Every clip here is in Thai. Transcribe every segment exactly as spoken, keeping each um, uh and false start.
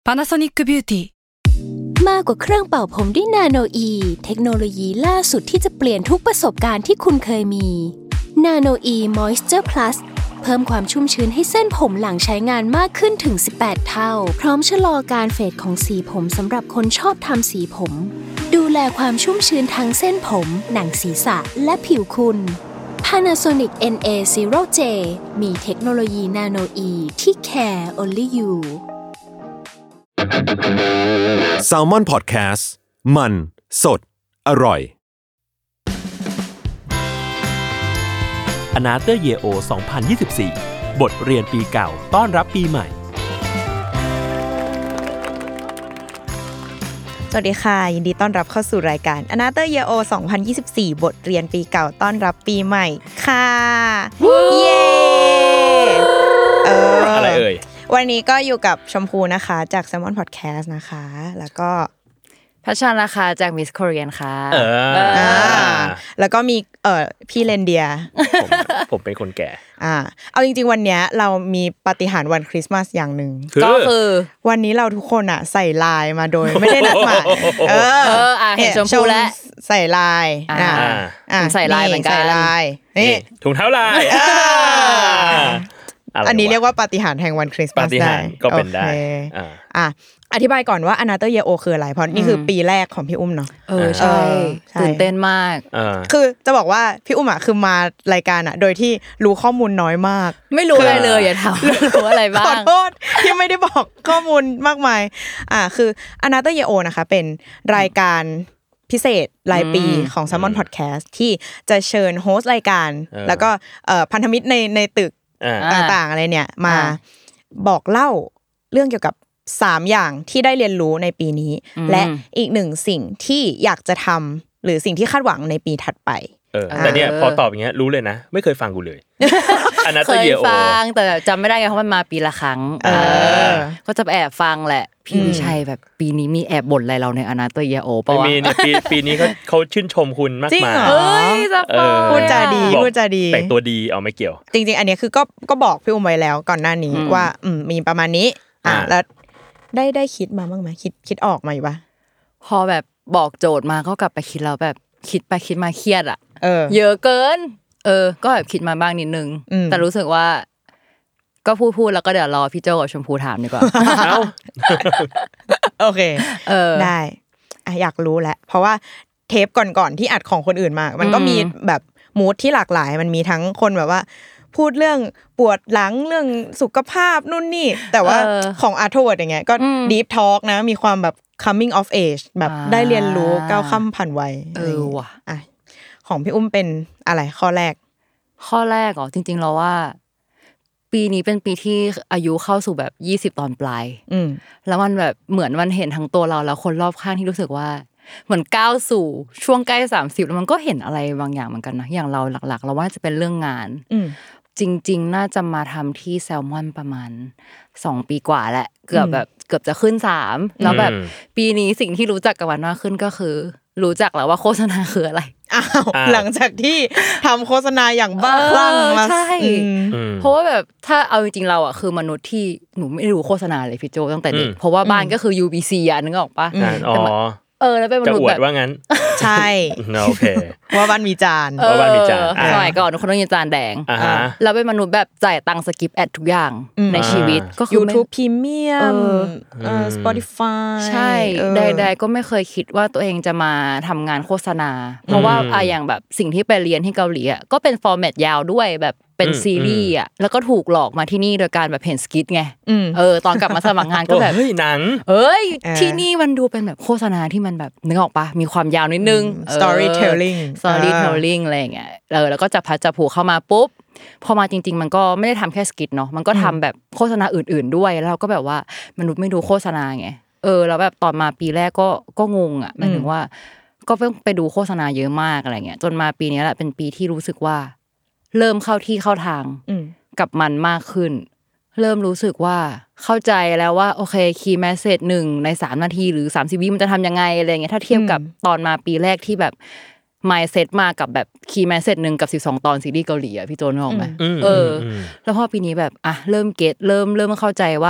Panasonic Beauty มากกว่าเครื่องเป่าผมด้วยนาโนอีเทคโนโลยีล่าสุดที่จะเปลี่ยนทุกประสบการณ์ที่คุณเคยมีนาโนอีมอยส์เจอร์พลัสเพิ่มความชุ่มชื้นให้เส้นผมหลังใช้งานมากขึ้นถึงสิบแปดเท่าพร้อมชะลอการเฟดของสีผมสำหรับคนชอบทำสีผมดูแลความชุ่มชื้นทั้งเส้นผมหนังศีรษะและผิวคุณ Panasonic เอ็น เอ ศูนย์ เจ มีเทคโนโลยีนาโนอีที่ care only you Salmon Podcast มันสดอร่อย Another Year O สองพันยี่สิบสี่ บทเรียนปีเก่าต้อนรับปีใหม่สวัสดีค่ะยินดีต้อนรับเข้าสู่รายการ Another Year O สองพันยี่สิบสี่ บทเรียนปีเก่าต้อนรับปีใหม่ค่ะเย้เอออะไรเอ่ยวันนี้ก็อยู่กับชมพูนะคะจาก Salmon Podcast นะคะแล้วก็พัชชานะคะจาก Miss Korean ค่ะเออแล้วก็มีเอ่อพี่เลนเดียผมผมเป็นคนแก่อ่าเอาจริงๆวันเนี้ยเรามีปาฏิหาริย์วันคริสต์มาสอย่างนึงก็คือวันนี้เราทุกคนอ่ะใส่ลายมาโดยไม่ได้นัดหมายเออเอออ่ะเห็นชมพูแล้วใส่ลายอ่าอ่าใส่ลายเหมือนกันใส่ลายนี่ถุงเท้าลายอันนี้เรียกว่าปาฏิหาริย์แห่งวันคริสต์มาสได้ก็เป็นได้อ่ะอธิบายก่อนว่า Another Year O คืออะไรเพราะนี่คือปีแรกของพี่อุ้มเนาะเออใช่ตื่นเต้นมากคือจะบอกว่าพี่อุ้มอ่ะคือมารายการอ่ะโดยที่รู้ข้อมูลน้อยมากไม่รู้อะไรเลยอย่าถามรู้อะไรบ้างขอโทษที่ไม่ได้บอกข้อมูลมากมายอ่ะคือ Another Year O นะคะเป็นรายการพิเศษรายปีของ Salmon Podcast ที่จะเชิญโฮสต์รายการแล้วก็เอ่อพันธมิตรในในตึกต่างๆอะไรเนี่ยมาบอกเล่าเรื่องเกี่ยวกับสามอย่างที่ได้เรียนรู้ในปีนี้และอีกหนึ่งสิ่งที่อยากจะทำหรือสิ่งที่คาดหวังในปีถัดไปเออแต่เนี่ยพอตอบอย่างเงี้ยรู้เลยนะไม่เคยฟังกูเลยอันนั้นเคยฟังแต่จำไม่ได้ไงเพราะมันมาปีละครั้งเออก็จะแอบฟังแหละพี่วิชัยแบบปีนี้มีแอบบ่นอะไรเราในอนาเตอร์เยโอป่ะวะมีเนี่ยปีปีนี้เขาเขาชื่นชมคุณมากมายเฮ้ยจะพูดจาดีพูดจาดีแต่งตัวดีเอาไม่เกี่ยวจริงๆอันนี้คือก็ก็บอกพี่อุ้มไว้แล้วก่อนหน้านี้ว่าอืมมีประมาณนี้อ่ะแล้วได้ได้คิดมาบ้างไหมคิดคิดออกมาอยู่ป่ะพอแบบบอกโจทย์มาก็กลับไปคิดแล้วแบบคิดไปคิดมาเครียดอ่ะเออเยอะเกินเออก็แบบคิดมาบ้างนิดนึงแต่รู้สึกว่าก็พูดพูดแล้วก็เดี๋ยวรอพี่โจกับชมพูถามดีกว่าเอ้าโอเคเออได้อ่ะอยากรู้แหละเพราะว่าเทปก่อนๆที่อัดของคนอื่นมามันก็มีแบบมูดที่หลากหลายมันมีทั้งคนแบบว่าพูดเรื่องปวดหลังเรื่องสุขภาพนู่นนี่แต่ว่าของอาร์ทเวิร์ดอย่างเงี้ยก็ deep talk นะมีความแบบ coming of age แบบได้เรียนรู้ก้าวข้ามผ่านวัยเออว่ะอ่ะของพี่อุ้มเป็นอะไรข้อแรกข้อแรกอ๋อจริงๆเราว่าปีนี้เป็นปีที่อายุเข้าสู่แบบยี่สิบตอนปลายแล้วมันแบบเหมือนมันเห็นทั้งตัวเราแล้วคนรอบข้างที่รู้สึกว่าเหมือนก้าวสู่ช่วงใกล้สามสิบแล้วมันก็เห็นอะไรบางอย่างเหมือนกันนะอย่างเราหลักๆเราว่าจะเป็นเรื่องงานจริงๆน่าจะมาทำที่แซลมอนประมาณสองปีกว่าแหละเกือบแบบเกือบจะขึ้นสามแล้วแบบปีนี้สิ่งที่รู้จักกับมันมากขึ้นก็คือรู้จักแล้วว่าโฆษณาคืออะไรอ้าวหลังจากที่ทำโฆษณาอย่างบ้าคลั่งมาใช่เพราะว่าแบบถ้าเอาจริงๆเราอ่ะคือมนุษย์ที่หนูไม่รู้โฆษณาเลยพี่โจตั้งแต่เด็กเพราะว่าบ้านก็คือ ยู บี ซี อ่ะนึกออกปะอ๋อเออแล้วเป็นมนุษย์แบบว่างั้นใช่โอเคว่าบ้านมีจานว่าบ้านมีจานสมัยก่อนคนต้องมีจานแดงแล้วเป็นมนุษย์แบบจ่ายตังค์สกิปแอดทุกอย่างในชีวิตก็คือ YouTube Premium เอ่อ Spotify ใช่ใดๆก็ไม่เคยคิดว่าตัวเองจะมาทำงานโฆษณาเพราะว่าอ่ะอย่างแบบสิ่งที่ไปเรียนที่เกาหลีอ่ะก็เป็นฟอร์แมตยาวด้วยแบบเป็นซีรีส์อ่ะแล้วก็ถูกหลอกมาที่นี่โดยการแบบเห็นสกิทไงเออตอนกลับมาสมัครงานก็แบบเฮ้ยหนังเอ้ยที่นี่มันดูเป็นแบบโฆษณาที่มันแบบนึกออกปะมีความยาวนิดนึง storytelling storytelling อะไรอย่างเงี้ยเออแล้วก็จับพัดจับผูเข้ามาปุ๊บพอมาจริงๆมันก็ไม่ได้ทำแค่สกิทเนาะมันก็ทำแบบโฆษณาอื่นๆด้วยแล้วเราก็แบบว่ามนุษย์ไม่ดูโฆษณาไงเออแล้วแบบตอนมาปีแรกก็ก็งงอ่ะหมายถึงว่าก็ต้องไปดูโฆษณาเยอะมากอะไรเงี้ยจนมาปีนี้แหละเป็นปีที่รู้สึกว่าเริ่มเข้าที่เข้าทางกับมันมากขึ้นเริ่มรู้สึกว่าเข้าใจแล้วว่าโอเคคีย์แมสเสจหนึ่งในสามนาทีหรือสามสิบวิมันจะทำยังไงอะไรเงี้ยถ้าเทียบกับตอนมาปีแรกที่แบบ mindset มากับแบบ key message นึงกับสิบสองตอนซีรีส์เกาหลีอ่ะพี่โจนึกออกมั้ยเออแล้วพอปีนี้แบบอ่ะเริ่มเก็ทเริ่มเริ่มเข้าใจว่า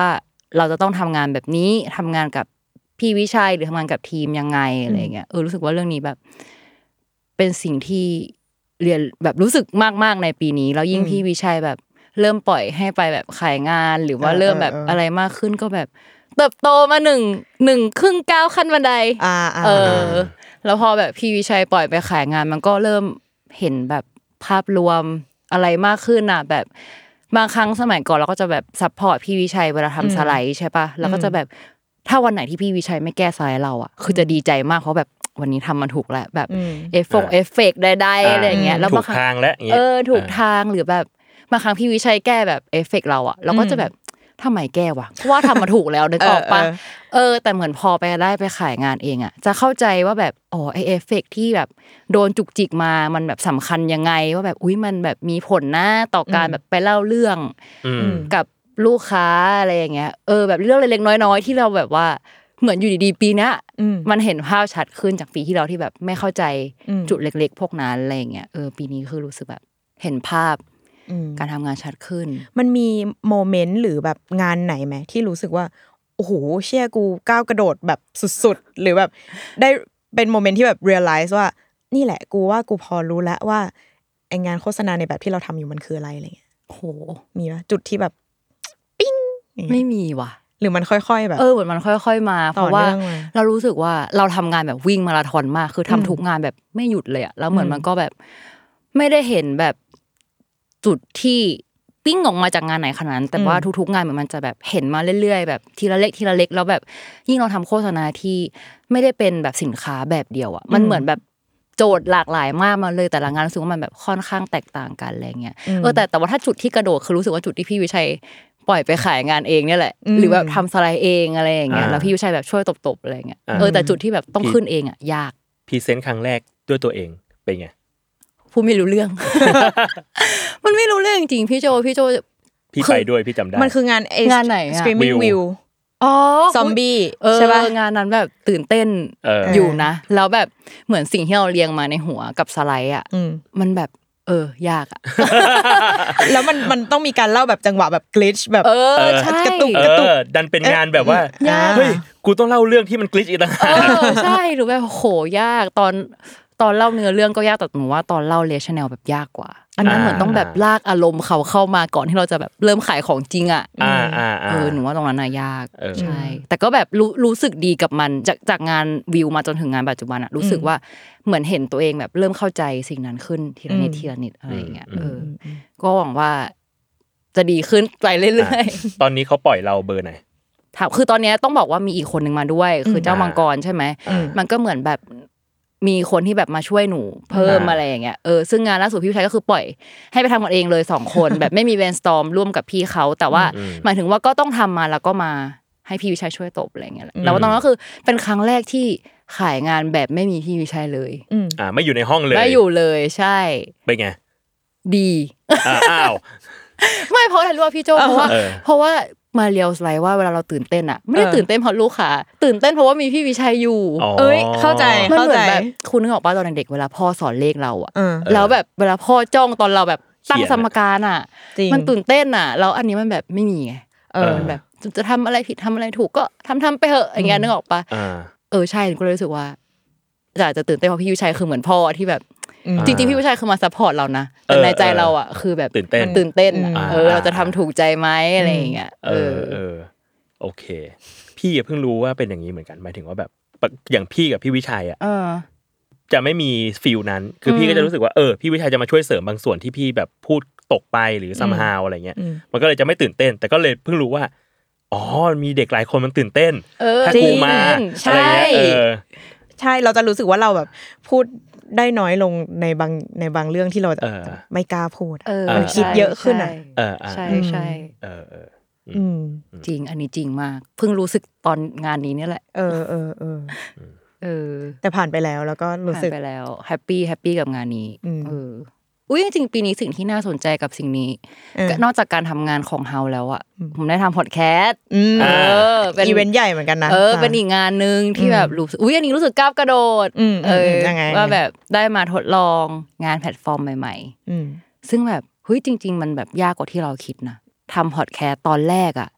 เราจะต้องทำงานแบบนี้ทำงานกับพี่วิชัยหรือทำงานกับทีมยังไงอะไรเงี้ยเออรู้สึกว่าเรื่องนี้แบบเป็นสิ่งที่เรียนแบบรู้สึกมากๆในปีนี้แล้วยิ่งพี่วิชัยแบบเริ่มปล่อยให้ไปแบบขายงานหรือว่าเริ่มแบบอะไรมากขึ้นก็แบบเติบโตมาหนึ่งหนึ่งครึ่งก้าวขั้นบันไดเออแล้วพอแบบพี่วิชัยปล่อยไปขายงานมันก็เริ่มเห็นแบบภาพรวมอะไรมากขึ้นอ่ะแบบบางครั้งสมัยก่อนเราก็จะแบบซัพพอร์ตพี่วิชัยเวลาทำสไลด์ใช่ปะแล้วก็จะแบบถ้าวันไหนที่พี่วิชัยไม่แก้สไลด์เราอ่ะคือจะดีใจมากเพราะแบบวันนี้ทำมันถูกแล้วแบบเอฟเฟกต์เอฟเฟกต์ใดๆอะไรอย่างเงี้ยแล้วบางครั้งถูกทางแล้วอย่างเงี้ยเออถูกทางหรือแบบบางครั้งพี่วิชัยแก้แบบเอฟเฟกต์เราอ่ะเราก็จะแบบทำไมแก้วะเพราะว่าทำมาถูกแล้วนึกออกปะเออแต่เหมือนพอไปได้ไปขายงานเองอ่ะจะเข้าใจว่าแบบอ๋อไอเอฟเฟกต์ที่แบบโดนจุกจิกมามันแบบสำคัญยังไงว่าแบบอุ้ยมันแบบมีผลนะต่อการแบบไปเล่าเรื่องกับลูกค้าอะไรอย่างเงี้ยเออแบบเรื่องเล็กๆน้อยๆที่เราแบบว่าเหมือนอยู่ดีๆปีนี้มันเห็นภาพชัดขึ้นจากปีที่เราที่แบบไม่เข้าใจจุดเล็กๆพวกนั้นอะไรอย่างเงี้ยเออปีนี้คือรู้สึกแบบเห็นภาพการทำงานชัดขึ้นมันมีโมเมนต์หรือแบบงานไหนไหมที่รู้สึกว่าโอ้โหเชี่ยกูก้าวกระโดดแบบสุดๆหรือแบบได้เป็นโมเมนต์ที่แบบ realize ว่านี่แหละกูว่ากูพอรู้แล้วว่าไองานโฆษณาในแบบที่เราทำอยู่มันคืออะไรอะไรเงี้ยโหมีป่ะจุดที่แบบปิ้งไม่มีว่ะหรือมันค่อยๆแบบเออเหมือนมันค่อยๆมาเพราะว่าเรารู้สึกว่าเราทำงานแบบวิ่งมาราธอนมากคือทำทุกงานแบบไม่หยุดเลยอะแล้วเหมือนมันก็แบบไม่ได้เห็นแบบจุดที่ปิ้งออกมาจากงานไหนขนาดนั้นแต่ว่าทุกๆงานเหมือนมันจะแบบเห็นมาเรื่อยๆแบบทีละเล็กทีละเล็กแล้วแบบยิ่งเราทำโฆษณาที่ไม่ได้เป็นแบบสินค้าแบบเดียวอะมันเหมือนแบบโจทย์หลากหลายมากมาเลยแต่ละงานรู้สึกว่ามันแบบค่อนข้างแตกต่างกันอะไรเงี้ยเออแต่แต่ว่าถ้าจุดที่กระโดดคือรู้สึกว่าจุดที่พี่วิชัยปล่อยไปขายงานเองเนี่ยแหละหรือแบบทำสไลด์เองอะไรอย่างเงี้ยแล้วพี่วิชัยแบบช่วยตบๆอะไรเงี้ยเออแต่จุดที่แบบต้องขึ้นเองอ่ะยากพรีเซนต์ครั้งแรกด้วยตัวเองเป็นไงพูดไม่รู้เรื่อง มันไม่รู้เรื่องจริงพี่โจพี่โจพี่ไปด้วยพี่จำได้มันคืองานงานไหน Screaming View อ๋อซอมบี้ใช่ป่ะงานนั้นแบบตื่นเต้นอยู่นะแล้วแบบเหมือนสิ่งที่เราเรียงมาในหัวกับสไลด์อ่ะมันแบบเออยากอ่ะแล้วมันมันต้องมีการเล่าแบบจังหวะแบบกลิชแบบเออใช่กระตุกกระตุกดันเป็นงานแบบว่าเฮ้ยกูต้องเล่าเรื่องที่มันกลิชอีกต่างหากเออใช่หรือแบบโหยากตอนตอนเล่าเนื้อเรื่องก็ยากแต่หนูว่าตอนเล่าเลชั่นแนลแบบยากกว่าอันนั้นเหมือนต้องแบบลากอารมณ์เขาเข้ามาก่อนที่เราจะแบบเริ่มขายของจริงอ่ะเออหนูว่าตรงนั้นน่ะยากใช่แต่ก็แบบรู้รู้สึกดีกับมันจากจากงานวิวมาจนถึงงานปัจจุบันอ่ะรู้สึกว่าเหมือนเห็นตัวเองแบบเริ่มเข้าใจสิ่งนั้นขึ้นทีละนิดทีละนิดอะไรอย่างเงี้ยเออก็หวังว่าจะดีขึ้นไปเรื่อยๆตอนนี้เขาปล่อยเราเบอร์ไหนถามคือตอนนี้ต้องบอกว่ามีอีกคนนึงมาด้วยคือเจ้ามังกรใช่ไหมมันก็เหมือนแบบมีคนที่แบบมาช่วยหนูเพิ่มอะไรอย่างเงี้ยเออซึ่งงานล่าสุดพี่วิชัยก็คือปล่อยให้ไปทำกันเองเลยสองคนแบบไม่มีเบรนสตอร์มร่วมกับพี่เขาแต่ว่าหมายถึงว่าก็ต้องทำมาแล้วก็มาให้พี่วิชัยช่วยตบอะไรเงี้ยแล้วตอนนั้นก็คือเป็นครั้งแรกที่ขายงานแบบไม่มีพี่วิชัยเลยอ่าไม่อยู่ในห้องเลยไม่อยู่เลยใช่เป็นไงดีอ้าวไม่เพราะอะไรรู้ว่าพี่โจเพราะว่าเพราะว่ามาเรียลสไลด์ว่าเวลาเราตื่นเต้นอ่ะไม่ได้ตื่นเต้นเพราะลูกค้าตื่นเต้นเพราะว่ามีพี่วิชัยอยู่เอ้ยเข้าใจเข้าใจแบบคุณนึกออกป่ะตอนเด็กเวลาพ่อสอนเลขเราอ่ะแล้วแบบเวลาพ่อจ้องตอนเราแบบตั้งสมการอ่ะมันตื่นเต้นอ่ะแล้วอันนี้มันแบบไม่มีไงเออมันแบบจะทำอะไรผิดทำอะไรถูกก็ทำทำไปเหอะอย่างเงี้ยนึกออกป่ะเออใช่ก็เลยรู้สึกว่าอาจจะตื่นเต้นเพราะพี่วิชัยคือเหมือนพ่อที่แบบจริงๆพี่วิชัยคือมาซัพพอร์ตเรานะแต่ในใจเราอ่ะคือแบบตื่นเต้นตื่นเต้นเออเราจะทำถูกใจไหมอะไรอย่างเงี้ยเออเออโอเคพี่เพิ่งรู้ว่าเป็นอย่างนี้เหมือนกันหมายถึงว่าแบบอย่างพี่กับพี่วิชัยอ่ะจะไม่มีฟีลนั้นคือพี่ก็จะรู้สึกว่าเออพี่วิชัยจะมาช่วยเสริมบางส่วนที่พี่แบบพูดตกไปหรือซัมฮาวอะไรเงี้ยมันก็เลยจะไม่ตื่นเต้นแต่ก็เลยเพิ่งรู้ว่าอ๋อมีเด็กหลายคนมันตื่นเต้นถ้ากูมาอะไรเงี้ยเออใช่เราจะรู้สึกว่าเราแบบพูดได้น้อยลงในบางในบางเรื่องที่เราไม่กล้าพูดมันคิดเยอะขึ้นอ่ะใช่ใช่เออเออจริงอันนี้จริงมากเพิ่งรู้สึกตอนงานนี้นี่แหละเออเออเออเออแต่ผ่านไปแล้วแล้วก็รู้สึกผ่านไปแล้วแฮปปี้แฮปปี้กับงานนี้เอออุ้ยจริงๆปีนี้สิ่งที่น่าสนใจกับสิ่งนี้นอกจากการทำงานของเฮาแล้วอ่ะผมได้ทำพอดแคสต์เออเป็นอีเวนต์ใหญ่เหมือนกันนะเออเป็นอีกงานนึงที่แบบรู้สึกอุ้ยอันนี้รู้สึกก้าวกระโดดเออว่าแบบได้มาทดลองงานแพลตฟอร์มใหม่ๆซึ่งแบบเฮ้ยจริงๆมันแบบยากกว่าที่เราคิดนะทำพอดแคสต์ตอนแรกอ่ะ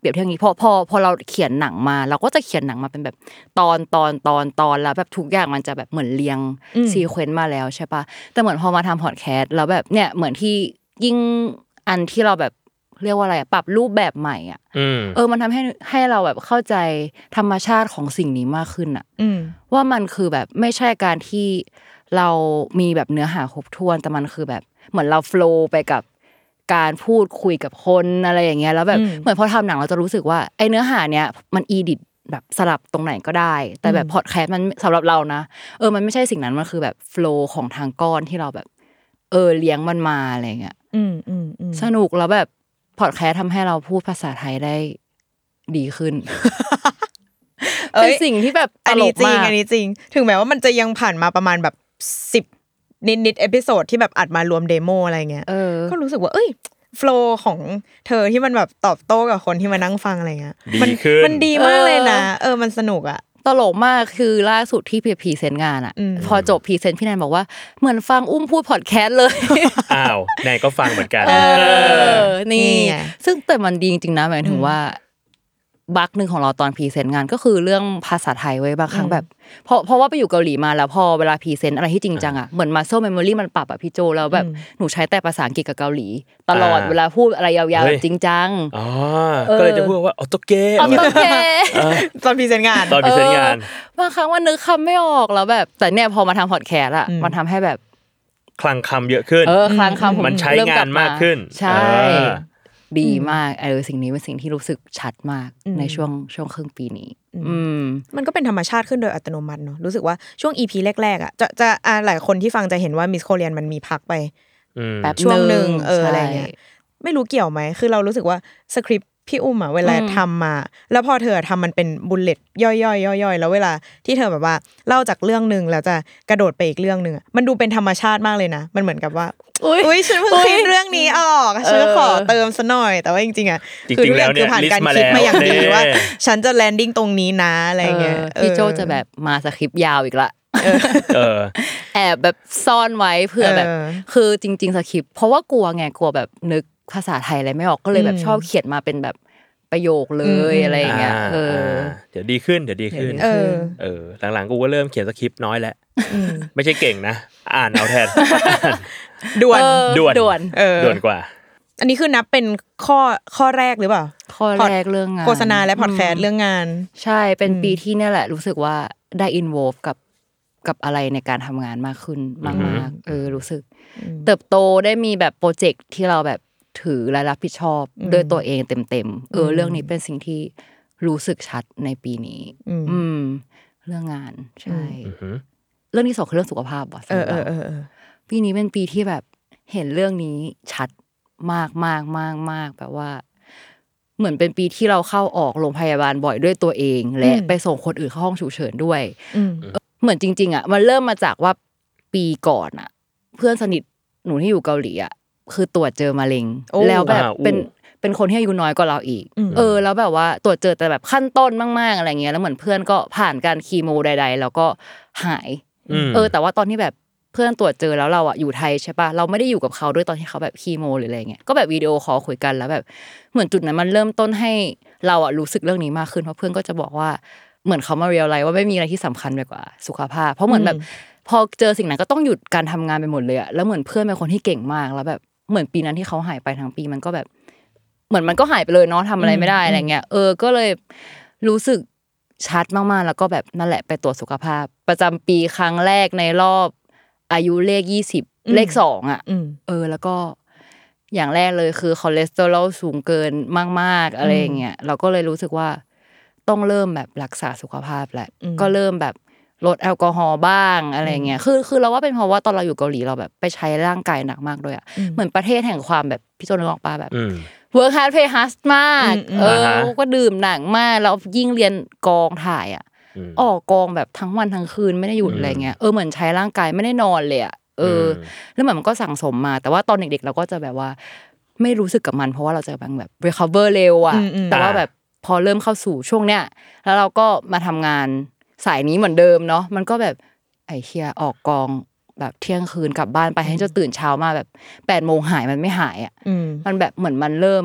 เปรียบเทียบอย่างนี้พอพอพอเราเขียนหนังมาเราก็จะเขียนหนังมาเป็นแบบตอนตอนตอนตอนแล้วแบบทุกอย่างมันจะแบบเหมือนเรียงซีเควนซ์มาแล้วใช่ปะแต่เหมือนพอมาทำพอดแคสต์แล้วแบบเนี่ยเหมือนที่ยิ่งอันที่เราแบบเรียกว่าอะไรปรับรูปแบบใหม่อ่ะเออมันทำให้ให้เราแบบเข้าใจธรรมชาติของสิ่งนี้มากขึ้นอ่ะว่ามันคือแบบไม่ใช่การที่เรามีแบบเนื้อหาครบถ้วนแต่มันคือแบบเหมือนเราโฟลว์ไปกับการพูดคุยกับคนอะไรอย่างเงี้ยแล้วแบบเหมือนพอทำหนังเราจะรู้สึกว่าไอ้เนื้อหาเนี้ยมันอีดิทแบบสลับตรงไหนก็ได้แต่แบบพอดแคสต์มันสำหรับเรานะเออมันไม่ใช่สิ่งนั้นมันคือแบบโฟลว์ของทางก้อนที่เราแบบเออเลี้ยงมันมาอะไรเงี้ยสนุกแล้วแบบพอดแคสต์ทำให้เราพูดภาษาไทยได้ดีขึ้นเป็นสิ่งที่แบบตลกมากอันนี้จริงถึงแม้ว่ามันจะยังผ่านมาประมาณแบบสิบนิดๆเอพิโซดที่แบบอัดมารวมเดโมอะไรเงี้ยก็รู้สึกว่าเอ้ยโฟลว์ของเธอที่มันแบบตอบโต้กับคนที่มานั่งฟังอะไรเงี้ยมันมันดีมากเลยนะเออมันสนุกอ่ะตลกมากคือล่าสุดที่พรีเซนต์งานอ่ะพอจบพรีเซนต์พี่แนนบอกว่าเหมือนฟังอุ้มพูดพอดแคสต์เลยอ้าวแนนก็ฟังเหมือนกันเออนี่ซึ่งแต่มันดีจริงๆนะหมายถึงว่าบั๊กนึงของเราตอนพรีเซนต์งานก็คือเรื่องภาษาไทยไว้บางครั้งแบบเพราะเพราะว่าไปอยู่เกาหลีมาแล้วพอเวลาพรีเซนต์อะไรที่จริงจังอ่ะเหมือน muscle memory มันปรับอ่ะพี่โจแล้วแบบหนูใช้แต่ภาษาอังกฤษกับเกาหลีตลอดเวลาพูดอะไรยาวๆจริงจังอ๋อก็เลยจะพูดว่าออโตเกะออโตเกะตอนพรีเซนต์งานตอนพรีเซนต์งานบางครั้งมันนึกคำไม่ออกแล้วแบบแต่เนี่ยพอมาทำพอดแคสต์อ่ะมันทำให้แบบคลังคำเยอะขึ้นเออคลังคำมันใช้งานมากขึ้นใช่ดีมากเออสิ่งนี้เป็นสิ่งที่รู้สึกชัดมากในช่วงช่วงครึ่งปีนี้อืมมันก็เป็นธรรมชาติขึ้นโดยอัตโนมัติเนาะรู้สึกว่าช่วง อี พี แรกๆอ่ะจะจะอ่าหลายคนที่ฟังจะเห็นว่ามิสโคเรียนมันมีพักไปแป๊บช่วงนึงเอออะไรเงี้ยไม่รู้เกี่ยวไหมคือเรารู้สึกว่าสคริปต์พี่อุ้มอ่ะเวลาทำมาแล้วพอเธอทำมันเป็นบุลเลตย่อยๆย่อยๆแล้วเวลาที่เธอแบบว่าเล่าจากเรื่องนึงแล้วจะกระโดดไปอีกเรื่องนึงมันดูเป็นธรรมชาติมากเลยนะมันเหมือนกับว่าอุ้ยฉันเพิ่งคิดเรื่องนี้ออกฉันขอเติมซะหน่อยแต่ว่าจริงๆอ่ะคือทุกอย่างคือผ่านการคิดมาอย่างดีว่าฉันจะแลนดิ้งตรงนี้นะอะไรเงี้ยพี่โจจะแบบมาสคริปต์ยาวอีกละแอบแบบซ่อนไว้เผื่อแบบคือจริงๆสคริปต์เพราะว่ากลัวไงกลัวแบบนึกภาษาไทยอะไรไม่ออกก็เลยแบบชอบเขียนมาเป็นแบบประโยคเลยอะไรอย่างเงี้ยเออเดี๋ยวดีขึ้นเดี๋ยวดีขึ้นเออเออหลังๆกูก็เริ่มเขียนสคริปต์น้อยแล้วไม่ใช่เก่งนะอ่านเอาแทนด่วนด่วนด่วนด่วนกว่าอันนี้คือนับเป็นข้อข้อแรกหรือเปล่าข้อแรกเรื่องงานโฆษณาและพอดแคสต์เรื่องงานใช่เป็นปีที่เนี่ยแหละรู้สึกว่าได้อินโวลฟกับกับอะไรในการทำงานมากขึ้นมากๆเออรู้สึกเติบโตได้มีแบบโปรเจกต์ที่เราแบบถือและรับผิดชอบด้วยตัวเองเต็มๆเออเรื่องนี้เป็นสิ่งที่รู้สึกชัดในปีนี้อืมเรื่องงานใช่เรื่องที่สองคือเรื่องสุขภาพว่ะสำหรับเราปีนี้เป็นปีที่แบบเห็นเรื่องนี้ชัดมากมากมากมากแบบว่าเหมือนเป็นปีที่เราเข้าออกโรงพยาบาลบ่อยด้วยตัวเองและไปส่งคนอื่นเข้าห้องฉุกเฉินด้วยเหมือนจริงๆอ่ะมันเริ่มมาจากว่าปีก่อนอ่ะเพื่อนสนิทหนูที่อยู่เกาหลีอ่ะคือตรวจเจอมะเร็งแล้วแบบเป็นเป็นคนที่อายุน้อยกว่าเราอีกเออแล้วแบบว่าตรวจเจอแต่แบบขั้นต้นมากๆอะไรเงี้ยแล้วเหมือนเพื่อนก็ผ่านการคีโมใดๆแล้วก็หายเออแต่ว่าตอนที่แบบเพื่อนตรวจเจอแล้วเราอ่ะอยู่ไทยใช่ป่ะเราไม่ได้อยู่กับเขาด้วยตอนที่เขาแบบคีโมหรืออะไรเงี้ยก็แบบวิดีโอคอลคุยกันแล้วแบบเหมือนจุดนั้นมันเริ่มต้นให้เราอ่ะรู้สึกเรื่องนี้มากขึ้นเพราะเพื่อนก็จะบอกว่าเหมือนเขามาเรียลไลซ์ว่าไม่มีอะไรที่สำคัญไปกว่าสุขภาพเพราะเหมือนแบบพอเจอสิ่งนั้นก็ต้องหยุดการทำงานไปหมดเลยอ่ะแล้วเหมือนเพื่อนเป็นคนที่เก่งมากแล้วแบบเหมือนปีนั้นที่เขาหายไปทั้งปีมันก็แบบเหมือนมันก็หายไปเลยเนาะทำอะไรไม่ได้อะไรเงี้ยเออก็เลยรู้สึกชัดมากๆแล้วก็แบบนั่นแหละไปตรวจสุขภาพประจำปีครั้งแรกในรอบอายุเลขยี่สิบเลขสองอ่ะเออแล้วก็อย่างแรกเลยคือคอเลสเตอรอลสูงเกินมากๆอะไรอย่างเงี้ยเราก็เลยรู้สึกว่าต้องเริ่มแบบรักษาสุขภาพแหละก็เริ่มแบบลดแอลกอฮอล์บ้างอะไรเงี้ยคือคือเราว่าเป็นเพราะว่าตอนเราอยู่เกาหลีเราแบบไปใช้ร่างกายหนักมากด้วยอ่ะเหมือนประเทศแห่งความแบบพี่โจนึกออกป่ะแบบwork hard play hard มากเออก็ดื่มหนักมากแล้วยิ่งเรียนกองถ่ายอ่ะออกกองแบบทั้งวันทั้งคืนไม่ได้หยุดอะไรเงี้ยเออเหมือนใช้ร่างกายไม่ได้นอนเลยอ่ะเออแล้วเหมือนมันก็สั่งสมมาแต่ว่าตอนเด็กๆเราก็จะแบบว่าไม่รู้สึกกับมันเพราะว่าเราจะแบบ recover เร็วอ่ะแต่ว่าแบบพอเริ่มเข้าสู่ช่วงเนี้ยแล้วเราก็มาทำงานสายนี้เหมือนเดิมเนาะมันก็แบบไอ้เหี้ยออกกองแบบเที่ยงคืนกลับบ้านไปให้จะตื่นเช้ามาแบบแปดโมงหายมันไม่หายอ่ะมันแบบเหมือนมันเริ่ม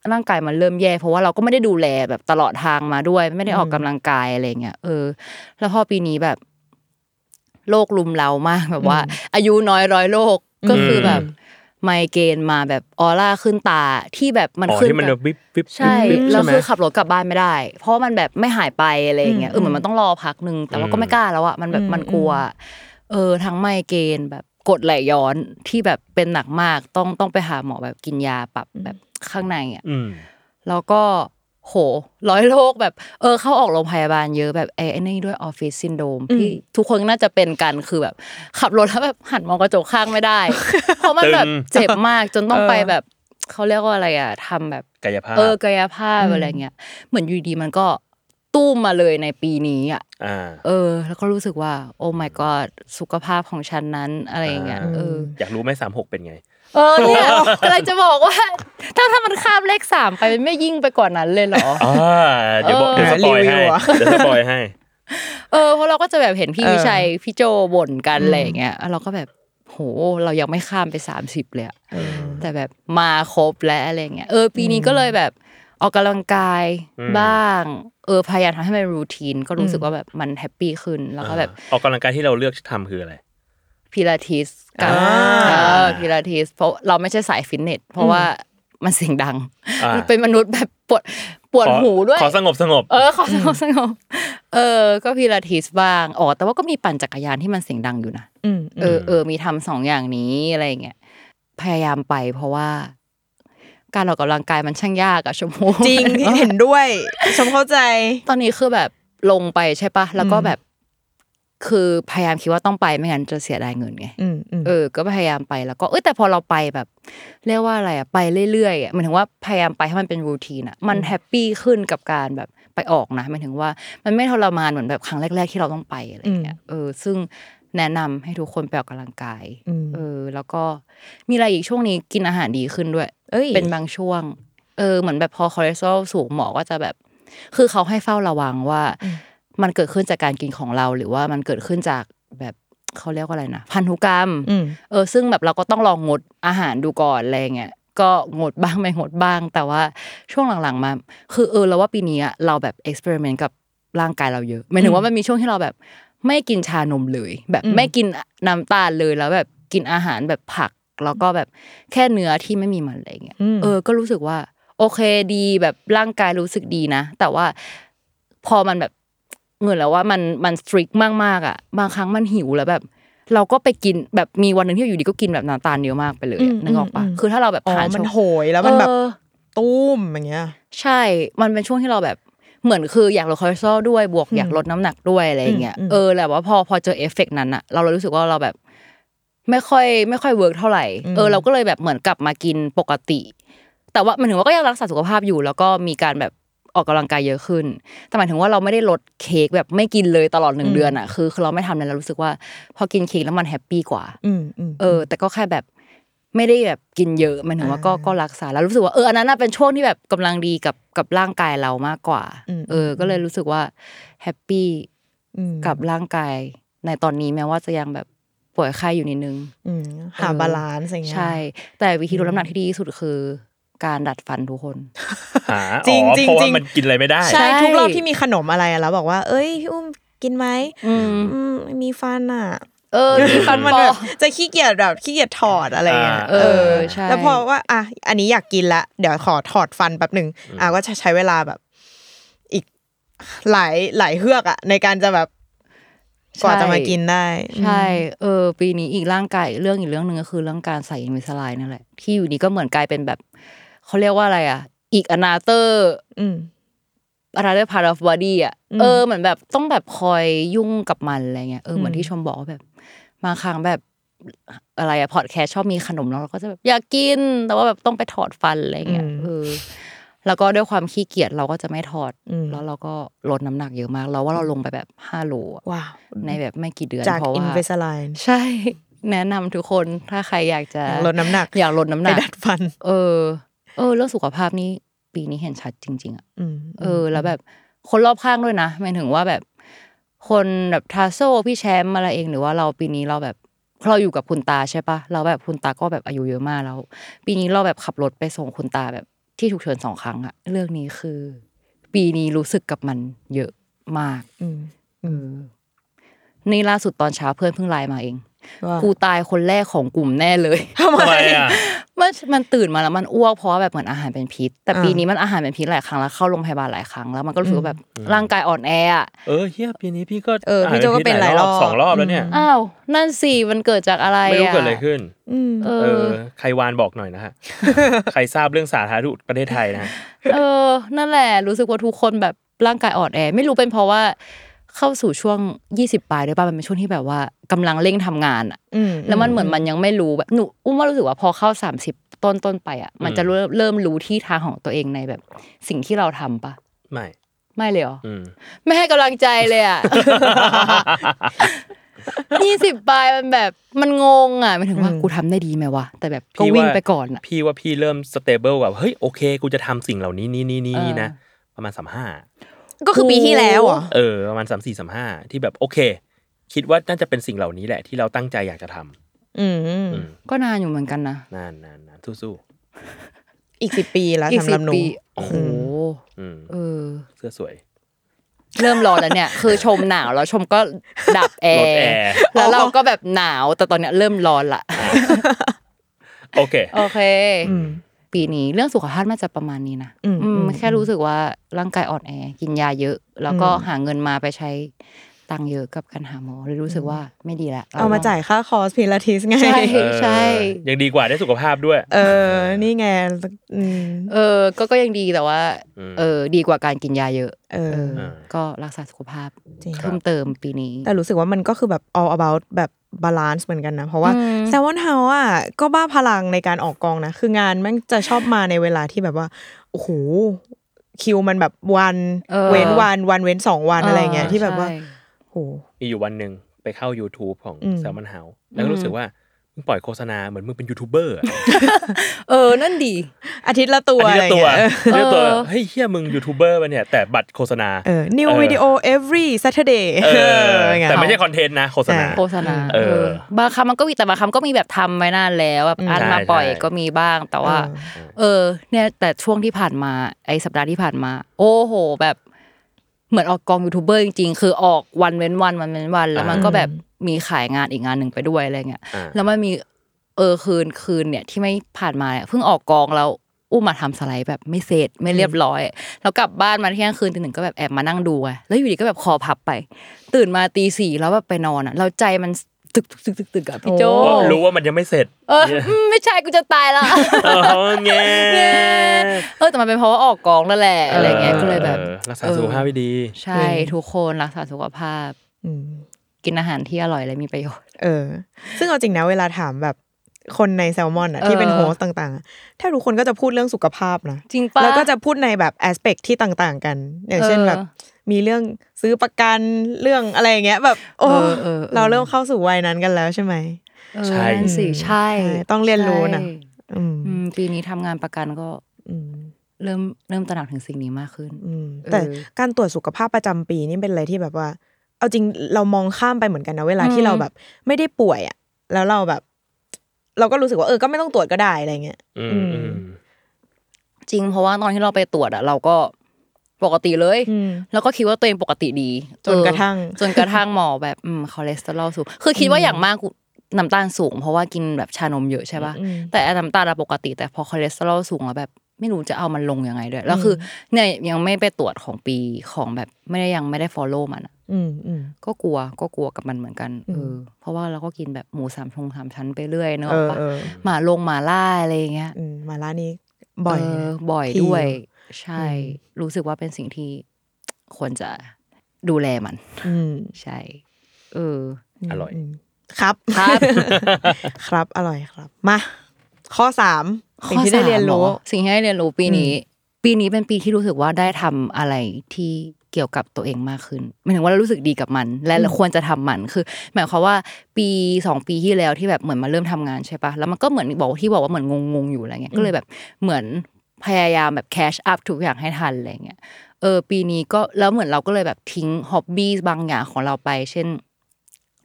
ร่างกายมันเริ่มแย่เพราะว่าเราก็ไม่ได้ดูแลแบบตลอดทางมาด้วยไม่ได้ออกกำลังกายอะไรเงี้ยเออแล้วพอปีนี้แบบโรคลุมเร้ามากแบบว่าอายุน้อยร้อยโรคก็คือแบบไมเกรนมาแบบออร่าขึ้นตาที่แบบมันขึ้นแบบวิบวิบใช่แล้วคือขับรถกลับบ้านไม่ได้เพราะมันแบบไม่หายไปอะไรอย่างเงี้ยเออเหมือนมันต้องรอพักนึงแต่ว่าก็ไม่กล้าแล้วอ่ะมันแบบมันกลัวเออทั้งไมเกรนแบบกดไหลย้อนที่แบบเป็นหนักมากต้องต้องไปหาหมอแบบกินยาปรับแบบข้างในอ่ะแล้วก็โหร้อยโรคแบบเออเข้าออกโรงพยาบาลเยอะแบบไอ้นี่ด้วยออฟฟิศซินโดรมที่ทุกคนน่าจะเป็นกันคือแบบขับรถแล้วแบบหันมองกระจกข้างไม่ได้เพราะมันแบบเจ็บมากจนต้องไปแบบเขาเรียกว่าอะไรอ่ะทำแบบกายภาพเออกายภาพอะไรเงี้ยเหมือนอยู่ดีมันก็ตุ้มมาเลยในปีนี้อ่ะเออแล้วก็รู้สึกว่าโอ้ my god สุขภาพของฉันนั้นอะไรอย่างเงี้ยเอออยากรู้ไหมสามสิบหกเป็นไงเออเนี่ยกำลังจะบอกว่าถ้าถ้ามันข้ามเลขสามไปมันไม่ยิ่งไปกว่านั้นเลยเหรออ่าเดี๋ยวบอกเดี๋ยวสปอยให้เดี๋ยวสปอยให้เออเพราะเราก็จะแบบเห็นพี่วิชัยพี่โจบ่นกันอะไรอย่างเงี้ยเราก็แบบโหเรายังไม่ข้ามไปสามสิบเลยอะแต่แบบมาครบแล้วอะไรเงี้ยเออปีนี้ก็เลยแบบออกกำลังกายบ้างเออพยายามทำให้มันรูทีนก็รู้สึกว่าแบบมันแฮปปี้ขึ้นแล้วก็แบบออกกำลังกายที่เราเลือกทำคืออะไรพิลาทิสกับเออพิลาทิสเพราะเราไม่ใช่สายฟิตเนสเพราะว่ามันเสียงดังเป็นมนุษย์แบบปวดปวดหูด้วยขอสงบสงบเออขอสงบสงบเออก็พิลาทิสบ้างอ๋อแต่ว่าก็มีปั่นจักรยานที่มันเสียงดังอยู่นะเออเออมีทำสองอย่างนี้อะไรอย่างเงี้ยพยายามไปเพราะว่าการออกกำลังกายมันช่างยากอะชมพู่จริงเห็นด้วยชมเข้าใจตอนนี้คือแบบลงไปใช่ปะแล้วก็แบบคือพยายามคิดว่าต้องไปไม่งั้นจะเสียดายเงินไงเออก็พยายามไปแล้วก็เอ้ยแต่พอเราไปแบบเรียกว่าอะไรอ่ะไปเรื่อยๆอ่ะหมายถึงว่าพยายามไปให้มันเป็นรูทีนอ่ะมันแฮปปี้ขึ้นกับการแบบไปออกนะหมายถึงว่ามันไม่ทรมานเหมือนแบบครั้งแรกๆที่เราต้องไปอะไรเงี้ยเออซึ่งแนะนำให้ทุกคนไปออกกำลังกายเออแล้วก็มีอะไรอีกช่วงนี้กินอาหารดีขึ้นด้วยเป็นบางช่วงเออเหมือนแบบพอคอเลสเตอรอลสูงหมอก็จะแบบคือเขาให้เฝ้าระวังว่ามันเกิดขึ้นจากการกินของเราหรือว่ามันเกิดขึ้นจากแบบเขาเรียกว่าอะไรนะพันธุกรรมเออซึ่งแบบเราก็ต้องลองงดอาหารดูก่อนอะไรเงี้ยก็งดบ้างไม่งดบ้างแต่ว่าช่วงหลังๆมาคือเออเราว่าปีนี้เราแบบเอ็กซ์เพริเมนต์กับร่างกายเราเยอะหมายถึงว่ามันมีช่วงที่เราแบบไม่กินชานมเลยแบบไม่กินน้ำตาลเลยแล้วแบบกินอาหารแบบผักแล้วก็แบบแค่เนื้อที่ไม่มีมันอะไรเงี้ยเออก็รู้สึกว่าโอเคดีแบบร่างกายรู้สึกดีนะแต่ว่าพอมันแบบเหมือนแล้วว่ามันมันสตริกมากๆอ่ะบางครั้งมันหิวแล้วแบบเราก็ไปกินแบบมีวันนึงที่อยู่ดีก็กินแบบน้ำตาลเยอะมากไปเลยนึกออกปะคือถ้าเราแบบทานมันโหยแล้วมันแบบตุ้มอย่างเงี้ยใช่มันเป็นช่วงที่เราแบบเหมือนคืออยากลดคอเลสเตอรอลด้วยบวกอยากลดน้ำหนักด้วยอะไรอย่างเงี้ยเออแต่ว่าพอพอเจอเอฟเฟกต์นั้นอ่ะเราเลยรู้สึกว่าเราแบบไม่ค่อยไม่ค่อยเวิร์กเท่าไหร่เออเราก็เลยแบบเหมือนกลับมากินปกติแต่ว่ามันถึงว่าก็ยังรักษาสุขภาพอยู่แล้วก็มีการแบบออกกำลังกายเยอะขึ้นแต่หมายถึงว่าเราไม่ได้ลดเค้กแบบไม่กินเลยตลอดหนึ่งเดือนอ่ะคือคือเราไม่ทำเลยเรารู้สึกว่าพอกินเค้กแล้วมันแฮปปี้กว่าเออแต่ก็แค่แบบไม่ได้แบบกินเยอะหมายถึงว่าก็ก็รักษาแล้วรู้สึกว่าเอออันนั้นน่ะเป็นช่วงที่แบบกำลังดีกับกับร่างกายเรามากกว่าเออก็เลยรู้สึกว่าแฮปปี้กับร่างกายในตอนนี้แม้ว่าจะยังแบบป่วยไข้อยู่นิดนึงหาบาลานซ์อย่างเงี้ยใช่แต่วิธีลดน้ำหนักที่ดีที่สุดคือการดัดฟันทุกคนหาจริงจริงเพราะว่ามันกินอะไรไม่ได้ใช่ทุกรอบที่มีขนมอะไรแล้วบอกว่าเอ้ยพี่อุ้มกินไหมอืมมีฟันอ่ะเออมีฟันมันแบบจะขี้เกียจแบบขี้เกียจถอดอะไรเงี้ยเออใช่แล้วพอว่าอ่ะอันนี้อยากกินละเดี๋ยวขอถอดฟันแป๊บนึงอ่ะก็จะใช้เวลาแบบอีกหลายหลายเฮือกอ่ะในการจะแบบกว่าจะมากินได้ใช่เออปีนี้อีกร่างกายเรื่องอีกเรื่องนึงก็คือเรื่องการใส่อินวิซาไลน์นั่นแหละที่อยู่นี้ก็เหมือนกลายเป็นแบบเขาเรียกว่าอะไรอ่ะอีก another อืม another part of body อ่ะเออเหมือนแบบต้องแบบคอยยุ่งกับมันอะไรเงี้ยเออเหมือนที่ชมบอกว่าแบบบางครั้งแบบอะไรอะพอดแคสต์ชอบมีขนมแล้วเราก็จะแบบอยากกินแต่ว่าแบบต้องไปถอดฟันอะไรเงี้ยเออแล้วก็ด้วยความขี้เกียจเราก็จะไม่ถอดแล้วเราก็ลดน้ำหนักเยอะมากเราว่าเราลงไปแบบห้าโลว้าวในแบบไม่กี่เดือนเพราะว่าจาก Invisalign ใช่แนะนำทุกคนถ้าใครอยากจะลดน้ำหนักอยากลดน้ำหนักไปดัดฟันเออเออเรื่องสุขภาพนี่ปีนี้เห็นชัดจริงๆอ่ะเออแล้วแบบคนรอบข้างด้วยนะหมายถึงว่าแบบคนแบบทาโซ่พี่แชมป์อะไรเองหรือว่าเราปีนี้เราแบบเราอยู่กับคุณตาใช่ปะเราแบบคุณตาก็แบบอายุเยอะมากแล้วปีนี้เราแบบขับรถไปส่งคุณตาแบบที่ฉุกเฉินสองครั้งอะเรื่องนี้คือปีนี้รู้สึกกับมันเยอะมากอืมอืมนี่ล่าสุดตอนเช้าเพื่อนเพิ่งไลน์มาเองกูตายคนแรกของกลุ่มแน่เลยทำไมอ่ะมันมันตื่นมาแล้วมันอ้วกเพราะว่าแบบเหมือนอาหารเป็นพิษแต่ปีนี้มันอาหารเป็นพิษหลายครั้งแล้วเข้าโรงพยาบาลหลายครั้งแล้วมันก็รู้สึกว่าแบบร่างกายอ่อนแออ่ะเออเฮียปีนี้พี่ก็เออพี่โจก็เป็นหลายรอบสองรอบแล้วเนี่ยอ้าวนั่นสิมันเกิดจากอะไรอ่ะไม่รู้เกิดอะไรขึ้นเออใครวานบอกหน่อยนะฮะใครทราบเรื่องสาธารณสุขประเทศไทยนะเออนั่นแหละรู้สึกว่าทุกคนแบบร่างกายอ่อนแอไม่รู้เป็นเพราะว่าเข้าสู่ช่วงยี่สิบปลายด้วยป่ะมันเป็นช่วงที่แบบว่ากำลังเร่งทำงานอ่ะแล้วมันเหมือนมันยังไม่รู้แบบหนูอุ้มว่ารู้สึกว่าพอเข้าสามสิบต้นต้นไปอ่ะมันจะเริ่มเริ่มรู้ที่ทางของตัวเองในแบบสิ่งที่เราทำป่ะไม่ไม่เลยเหรอไม่ให้กำลังใจเลยอ่ะยี่สิบปลายมันแบบมันงงอ่ะหมายถึงว่ากูทำได้ดีไหมวะแต่แบบก็วิ่งไปก่อนอ่ะพี่ว่าพี่เริ่มสเตเบิลแบบเฮ้ยโอเคกูจะทำสิ่งเหล่านี้นี่นี่นี่นะประมาณสามห้าก็คือปีที่แล้วอ่ะเออประมาณสามสี่ สามห้าที่แบบโอเคคิดว่าน่าจะเป็นสิ่งเหล่านี้แหละที่เราตั้งใจอยากจะทำอืมก็นานอยู่เหมือนกันนะนานนานนานสู้ๆอีกสิบปีแล้วสำหรับหนูโอ้โหเออเสื้อสวยเริ่มร้อนแล้วเนี่ยคือชมหนาวแล้วชมก็ดับแอร์แล้วเราก็แบบหนาวแต่ตอนเนี้ยเริ่มร้อนละโอเคโอเคปีนี้เรื่องสุขภาพน่าจะประมาณนี้นะแค่รู้สึกว่าร่างกายอ่อนแอกินยาเยอะแล้วก็หาเงินมาไปใช้ตังค์เยอะกับการหาหมอเลยรู้สึกว่าไม่ดีละเอามาจ่ายค่าคอร์สพิลาทิสไงใช่ใช่ยังดีกว่าได้สุขภาพด้วยเออนี่ไงเออก็ก็ยังดีแต่ว่าเออดีกว่าการกินยาเยอะเออก็รักษาสุขภาพเพิ่มเติมปีนี้แต่รู้สึกว่ามันก็คือแบบ all about แบบบาลานซ์เหมือนกันนะเพราะว่า Salmon House อ่ะก็บ้าพลังในการออกกองนะคืองานมันจะชอบมาในเวลาที่แบบว่าโอ้โหคิวมันแบบวันเว้นวันวันเว้นสองวันอะไรเงี้ยที่แบบว่าโหมีอยู่วันนึงไปเข้า YouTube ของ Salmon House แล้วรู้สึกว่ามึงปล่อยโฆษณาเหมือนมึงเป็นยูทูบเบอร์เออนั่นดีอาทิตย์ละตัวอะไรเงี้ยอาทิตย์ละตัวเฮ้ยเหี้ยมึงยูทูบเบอร์ป่ะเนี่ยแต่บัตรโฆษณาเออ new video every Saturday แต่ไม่ใช่คอนเทนต์นะโฆษณาโฆษณาเออบางคำมันก็มีแต่บางคำก็มีแบบทำไว้นานแล้วแบบอันมาปล่อยก็มีบ้างแต่ว่าเออเนี่ยแต่ช่วงที่ผ่านมาไอ้สัปดาห์ที่ผ่านมาโอ้โหแบบเหมือนออกกองยูทูบเบอร์จริงๆคือออกวันเว้นวันวันเว้นวันแล้วมันก็แบบมีขายงานอีกงานหนึ่งไปด้วยอะไรเงี้ยแล้วมันมีเออคืนคืนเนี่ยที่ไม่ผ่านมาเพิ่งออกกองแล้วอุ้มมาทำสไลด์แบบไม่เสร็จไม่เรียบร้อยแล้วกลับบ้านมาเที่ยงคืนตีหนึ่งก็แบบแอบมานั่งดูไงแล้วอยู่ดีก็แบบคอพับไปตื่นมาตีสี่แล้วแบบไปนอนอ่ะเราใจมันตึกตึกตึกตึกตึกอ่ะพี่โจรู้ว่ามันยังไม่เสร็จเออไม่ใช่กูจะตายละเออแง่เออแต่มันเป็นเพราะว่าออกกองนั่นแหละอะไรเงี้ยก็เลยแบบรักษาสุขภาพดีใช่ทุกคนรักษาสุขภาพกินอาหารที่อร่อยและมีประโยชน์เออซึ่งเอาจริงนะเวลาถามแบบคนในแซลมอนอ่ะที่เป็นโฮสต์ต่างๆถ้าทุกคนก็จะพูดเรื่องสุขภาพนะจริงปะแล้วก็จะพูดในแบบแอสเปคที่ต่างๆกันอย่างเช่นแบบมีเรื่องซื้อประกันเรื่องอะไรอย่างเงี้ยแบบโอ้เราเริ่มเข้าสู่วัยนั้นกันแล้วใช่ไหมใช่สิใช่ต้องเรียนรู้นะปีนี้ทำงานประกันก็เริ่มเริ่มตระหนักถึงสิ่งนี้มากขึ้นแต่การตรวจสุขภาพประจำปีนี่เป็นอะไรที่แบบว่าเอาจริงเรามองข้ามไปเหมือนกันนะเวลาที่เราแบบไม่ได้ป่วยอ่ะแล้วเราแบบเราก็รู้สึกว่าเออก็ไม่ต้องตรวจก็ได้อะไรเงี้ยจริงเพราะว่าตอนที่เราไปตรวจอ่ะเราก็ปกติเลยแล้วก็คิดว่าตัวเองปกติดีจนกระทั่งจนกระทั่งหมอแบบอืมคอเลสเตอรอลสูงคือคิดว่าอย่างมากน้ำตาลสูงเพราะว่ากินแบบชานมเยอะใช่ป่ะแต่น้ำตาลปกติแต่พอคอเลสเตอรอลสูงแล้วแบบไม่รู้จะเอามันลงยังไงด้วยแล้วคือเนี่ยยังไม่ไปตรวจของปีของแบบไม่ได้ยังไม่ได้ follow มันอ่ะก็กลัวก็กลัวกับมันเหมือนกันเออเพราะว่าเราก็กินแบบหมูสามชงสามชั้นไปเรื่อยเนอะป่ะหมาลงหมาล่าอะไรอย่างเงี้ยหมาล่านี่บ่อยบ่อยด้วยใช่รู้สึกว่าเป็นสิ่งที่ควรจะดูแลมันใช่เอออร่อยครับครับครับอร่อยครับมาข้อสามสิ่งที่ได้เรียนรู้สิ่งที่ได้เรียนรู้ปีนี้ปีนี้เป็นปีที่รู้สึกว่าได้ทำอะไรที่เกี่ยวกับตัวเองมากขึ้นหมายถึงว่าเรารู้สึกดีกับมันและเราควรจะทำมันคือหมายความว่าปีสองปีที่แล้วที่แบบเหมือนมาเริ่มทำงานใช่ปะแล้วมันก็เหมือนบอกที่บอกว่าเหมือนงงๆอยู่อะไรเงี้ยก็เลยแบบเหมือนพยายามแบบแคชอัพทุกอย่างให้ทันอะไรเงี้ยเออปีนี้ก็แล้วเหมือนเราก็เลยแบบทิ้งฮ็อบบี้บางอย่างของเราไปเช่น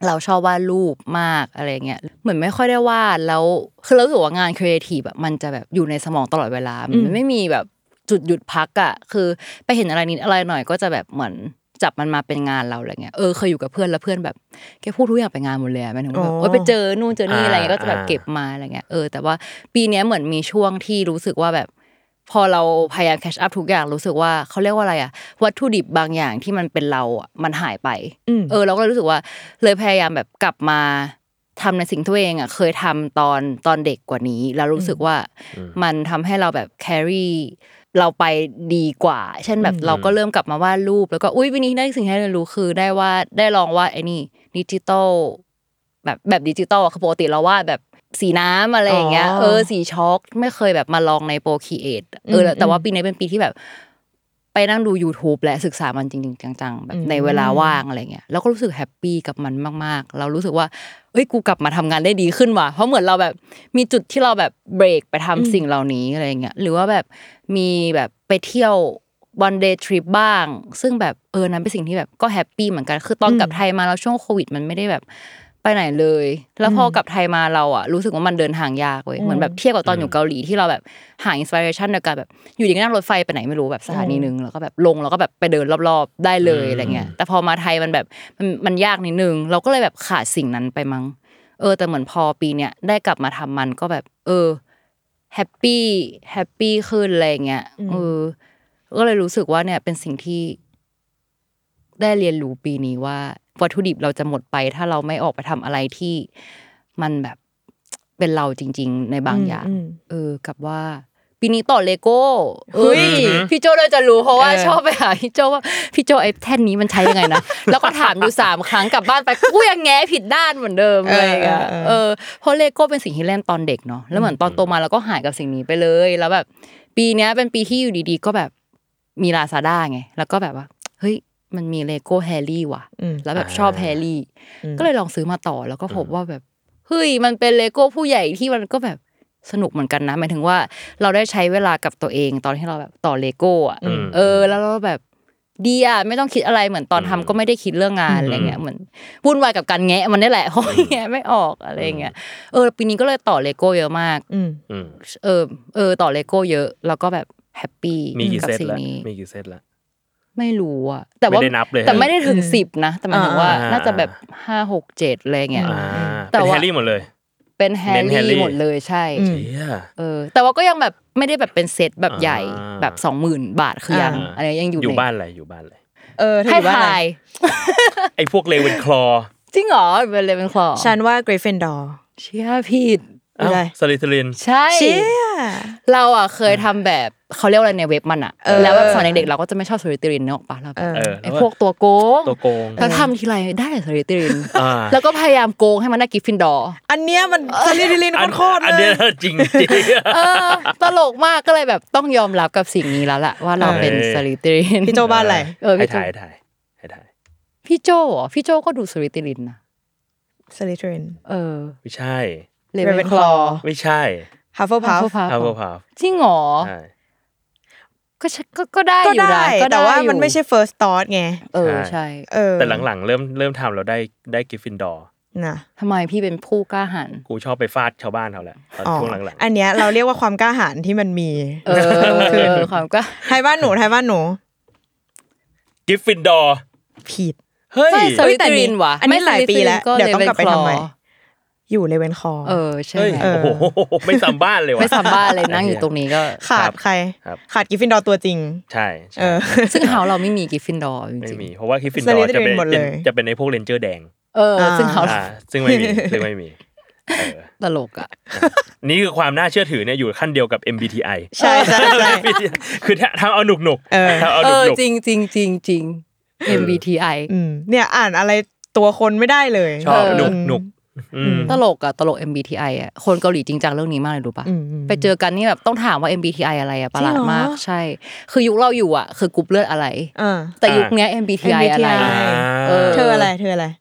เราชอบวาดรูปมากอะไรเงี้ยเหมือนไม่ค่อยได้วาดแล้วคือเรารู้สึกว่างานครีเอทีฟแบบมันจะแบบอยู่ในสมองตลอดเวลามันไม่มีแบบจุดหยุดพักอ่ะคือไปเห็นอะไรนิดอะไรหน่อยก็จะแบบเหมือนจับมันมาเป็นงานเราอะไรเงี้ยเออเคยอยู่กับเพื่อนแล้วเพื่อนแบบแกพูดทุกอย่างเป็นงานหมดเลยแม่ถึงแบบโอ๊ยไปเจอนู่นเจอนี่อะไรเงี้ยก็จะแบบเก็บมาอะไรเงี้ยเออแต่ว่าปีนี้เหมือนมีช่วงที่รู้สึกว่าแบบพอเราพยายามแคชอัพทุกอย่างรู้สึกว่าเขาเรียกว่าอะไรอ่ะวัตถุดิบบางอย่างที่มันเป็นเราอ่ะมันหายไปเออเราก็เลยรู้สึกว่าเลยพยายามแบบกลับมาทำในสิ่งที่ตัวเองอ่ะเคยทำตอนตอนเด็กกว่านี้แล้วรู้สึกว่ามันทำให้เราแบบแครี่เราไปดีกว่าเช่นแบบเราก็เริ่มกลับมาวาดรูปแล้วก็อุ้ยวันนี้ได้สิ่งที่ได้รู้คือได้วาดได้ลองวาดไอ้นี่ดิจิตอลแบบแบบดิจิตอลอ่ะคือปกติเราวาดแบบสีน้ำอะไรอย่างเงี้ยเออสีช็อกไม่เคยแบบมาลองในโปรครีเอทเออแต่ว่าปีนี้เป็นปีที่แบบไปนั่งดู YouTube และศึกษามันจริงๆจังๆแบบในเวลาว่างอะไรเงี้ยแล้วก็รู้สึกแฮปปี้กับมันมากๆเรารู้สึกว่าเอ้ยกูกลับมาทำงานได้ดีขึ้นว่ะเพราะเหมือนเราแบบมีจุดที่เราแบบเบรกไปทำสิ่งเหล่านี้อะไรเงี้ยหรือว่าแบบมีแบบไปเที่ยววันเดย์ทริปบ้างซึ่งแบบเออนั้นเป็นสิ่งที่แบบก็แฮปปี้เหมือนกันคือตอนกลับไทยมาแล้วช่วงโควิดมันไม่ได้แบบไปไหนเลยแล้วพอกลับไทยมาเราอ่ะรู้สึกว่ามันเดินทางยากเว้ยเหมือนแบบเทียบกับตอนอยู่เกาหลีที่เราแบบหาอินสปิเรชันในการแบบอยู่ดีก็นั่งรถไฟไปไหนไม่รู้แบบสถานีนึงแล้วก็แบบลงแล้วก็แบบไปเดินรอบๆได้เลยอะไรเงี้ยแต่พอมาไทยมันแบบมันมันยากนิดนึงเราก็เลยแบบขาดสิ่งนั้นไปมั้งเออแต่เหมือนพอปีเนี้ยได้กลับมาทำมันก็แบบเออแฮปปี้แฮปปี้ขึ้นอะไรเงี้ยเออก็เลยรู้สึกว่าเนี่ยเป็นสิ่งที่ได้เรียนรู้ปีนี้ว่าวัตถุดิบเราจะหมดไปถ้าเราไม่ออกไปทำอะไรที่มันแบบเป็นเราจริงๆในบางอย่างเออกับว่าปีนี้ต่อเลโก้เอ้ยพี่โจเลยจะรู้เพราะว่าชอบไปหาพี่โจว่าพี่โจไอ้แท่นนี้มันใช้ยังไงนะแล้วก็ถามอยู่สามครั้งกลับบ้านไปกูยังแงผิดด้านเหมือนเดิมอะไรอย่างเงี้ยเออเพราะเลโก้เป็นสิ่งที่เล่นตอนเด็กเนาะแล้วเหมือนตอนโตมาเราก็หายกับสิ่งนี้ไปเลยแล้วแบบปีนี้เป็นปีที่อยู่ดีๆก็แบบมี Lazada ไงแล้วก็แบบว่าเฮ้ยมันมีเลโก้แฮร์รี่ว่ะแล้วแบบชอบแฮร์รี่ก็เลยลองซื้อมาต่อแล้วก็พบว่าแบบเฮ้ยมันเป็นเลโก้ผู้ใหญ่ที่มันก็แบบสนุกเหมือนกันนะหมายถึงว่าเราได้ใช้เวลากับตัวเองตอนที่เราแบบต่อเลโก้อ่ะเออแล้วเราแบบดีอ่ะไม่ต้องคิดอะไรเหมือนตอนทำก็ไม่ได้คิดเรื่องงานอะไรเงี้ยเหมือนวุ่นวายกับการแงะมันนี่แหละเพราะแงะไม่ออกอะไรเงี้ยเออปีนี้ก็เลยต่อเลโก้เยอะมากเออเออต่อเลโก้เยอะแล้วก็แบบแฮปปี้กับสิ่งนี้มีกี่เซตละไม่รู้อ่ะแต่ว่าแต่ไม่ได้ถึงสิบนะแต่หมายถึงว่าน่าจะแบบห้า หก เจ็ดอะไรเงี้ยแต่ว่าเป็นแฮร์รี่หมดเลยเป็นแฮร์รี่หมดเลยใช่เออแต่ว่าก็ยังแบบไม่ได้แบบเป็นเซตแบบใหญ่แบบ สองหมื่น บาทคือยังอะไรยังอยู่อยู่บ้านอะไรอยู่บ้านอะไรเออให้ทายไอ้พวกเลเวนคลอจริงเหรอเป็นเลเวนคลอฉันว่ากริฟฟินดอร์เชื่อผิดอะไรสลิธีรินใช่เราอ่ะเคยทำแบบเขาเรียกอะไรในเว็บมันอ่ะแล้วแบบสมัยเด็กๆเราก็จะไม่ชอบสลิธีรินเนอะป่ะแล้วไอ้พวกตัวโกงตัวโกงแล้วทำทีไรได้สลิธีรินแล้วก็พยายามโกงให้มันได้กริฟฟินดอร์อันเนี้ยมันสลิธีรินโคตรเลยอันเนี้ยจริงจริงตลกมากก็เลยแบบต้องยอมรับกับสิ่งนี้แล้วล่ะว่าเราเป็นสลิธีรินพี่โจบ้านอะไรเออให้ถ่ายถ่ายให้ถ่ายพี่โจอ๋อพี่โจก็ดูสลิธีรินนะสลิธีรินเออไม่ใช่เลเวนคลอไม่ใช่ Hufflepuff Hufflepuff จริงเหรอใช่ก็ก็ก็ได้อยู่นะก็แต่ว่ามันไม่ใช่ first thought ไงเออใช่เออแต่หลังๆเริ่มเริ่มทำแล้วได้ได้กริฟฟินดอร์นะทำไมพี่เป็นผู้กล้าหาญกูชอบไปฟาดชาวบ้านเขาแหละตอนช่วงหลังๆอันเนี้ยเราเรียกว่าความกล้าหาญที่มันมีเออคือความกล้าไทยบ้านหนูไทยบ้านหนูกริฟฟินดอร์ผิดเฮ้ยสลิธีรินว่ะอันนี้หลายปีแล้วเดี๋ยวต้องกลับไปทำใหม่อยู่เลเวนคอเออใช่โอ้โหไม่ซ้ำบ้านเลยว่ะไม่ซ้ำบ้านเลยนั่งอยู่ตรงนี้ก็ขาดใครขาดกริฟฟินดอร์ตัวจริงใช่ซึ่งเฮาเราไม่มีกริฟฟินดอร์จริงไม่มีเพราะว่ากริฟฟินดอร์จะเป็นจะเป็นในพวกเรนเจอร์แดงเออซึ่งเฮาซึ่งไม่มีซึ่งไม่มีตลกอ่ะนี่คือความน่าเชื่อถือเนี่ยอยู่ขั้นเดียวกับ เอ็ม บี ที ไอใช่ใช่คือทำเอาหนุกหนุกทำเอาหนุกหนุกจริงจริงจริงจริง เอ็ม บี ที ไอเนี่ยอ่านอะไรตัวคนไม่ได้เลยชอบหนุกหนุกตลกอะตลก เอ็ม บี ที ไอ อะคนเกาหลีจริงจังเรื่องนี้มากเลยรู้ป่ะไปเจอกันนี่แบบต้องถามว่า เอ็ม บี ที ไอ อะไรอะประหลาดมากใช่คือยุคเราอยู่อะคือกรุ๊ปเลือดอะไรแต่ยุคนี้ เอ็ม บี ที ไอ อะไรเธออะไรเธออะไร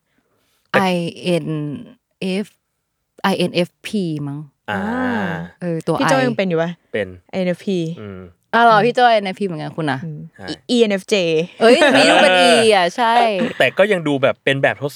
I N F I N F P มั้งเออตัว I พี่โจยังเป็นอยู่ป่ะเป็นไอ เอ็น เอฟ พีอ๋อเหรอพี่โจ ไอ เอ็น เอฟ พี เหมือนกันคุณนะอี เอ็น เอฟ เจเอ้ยนี่ดูเป็น E อ่ะใช่แต่ก็ยังดูแบบเป็นแบบทดสอบ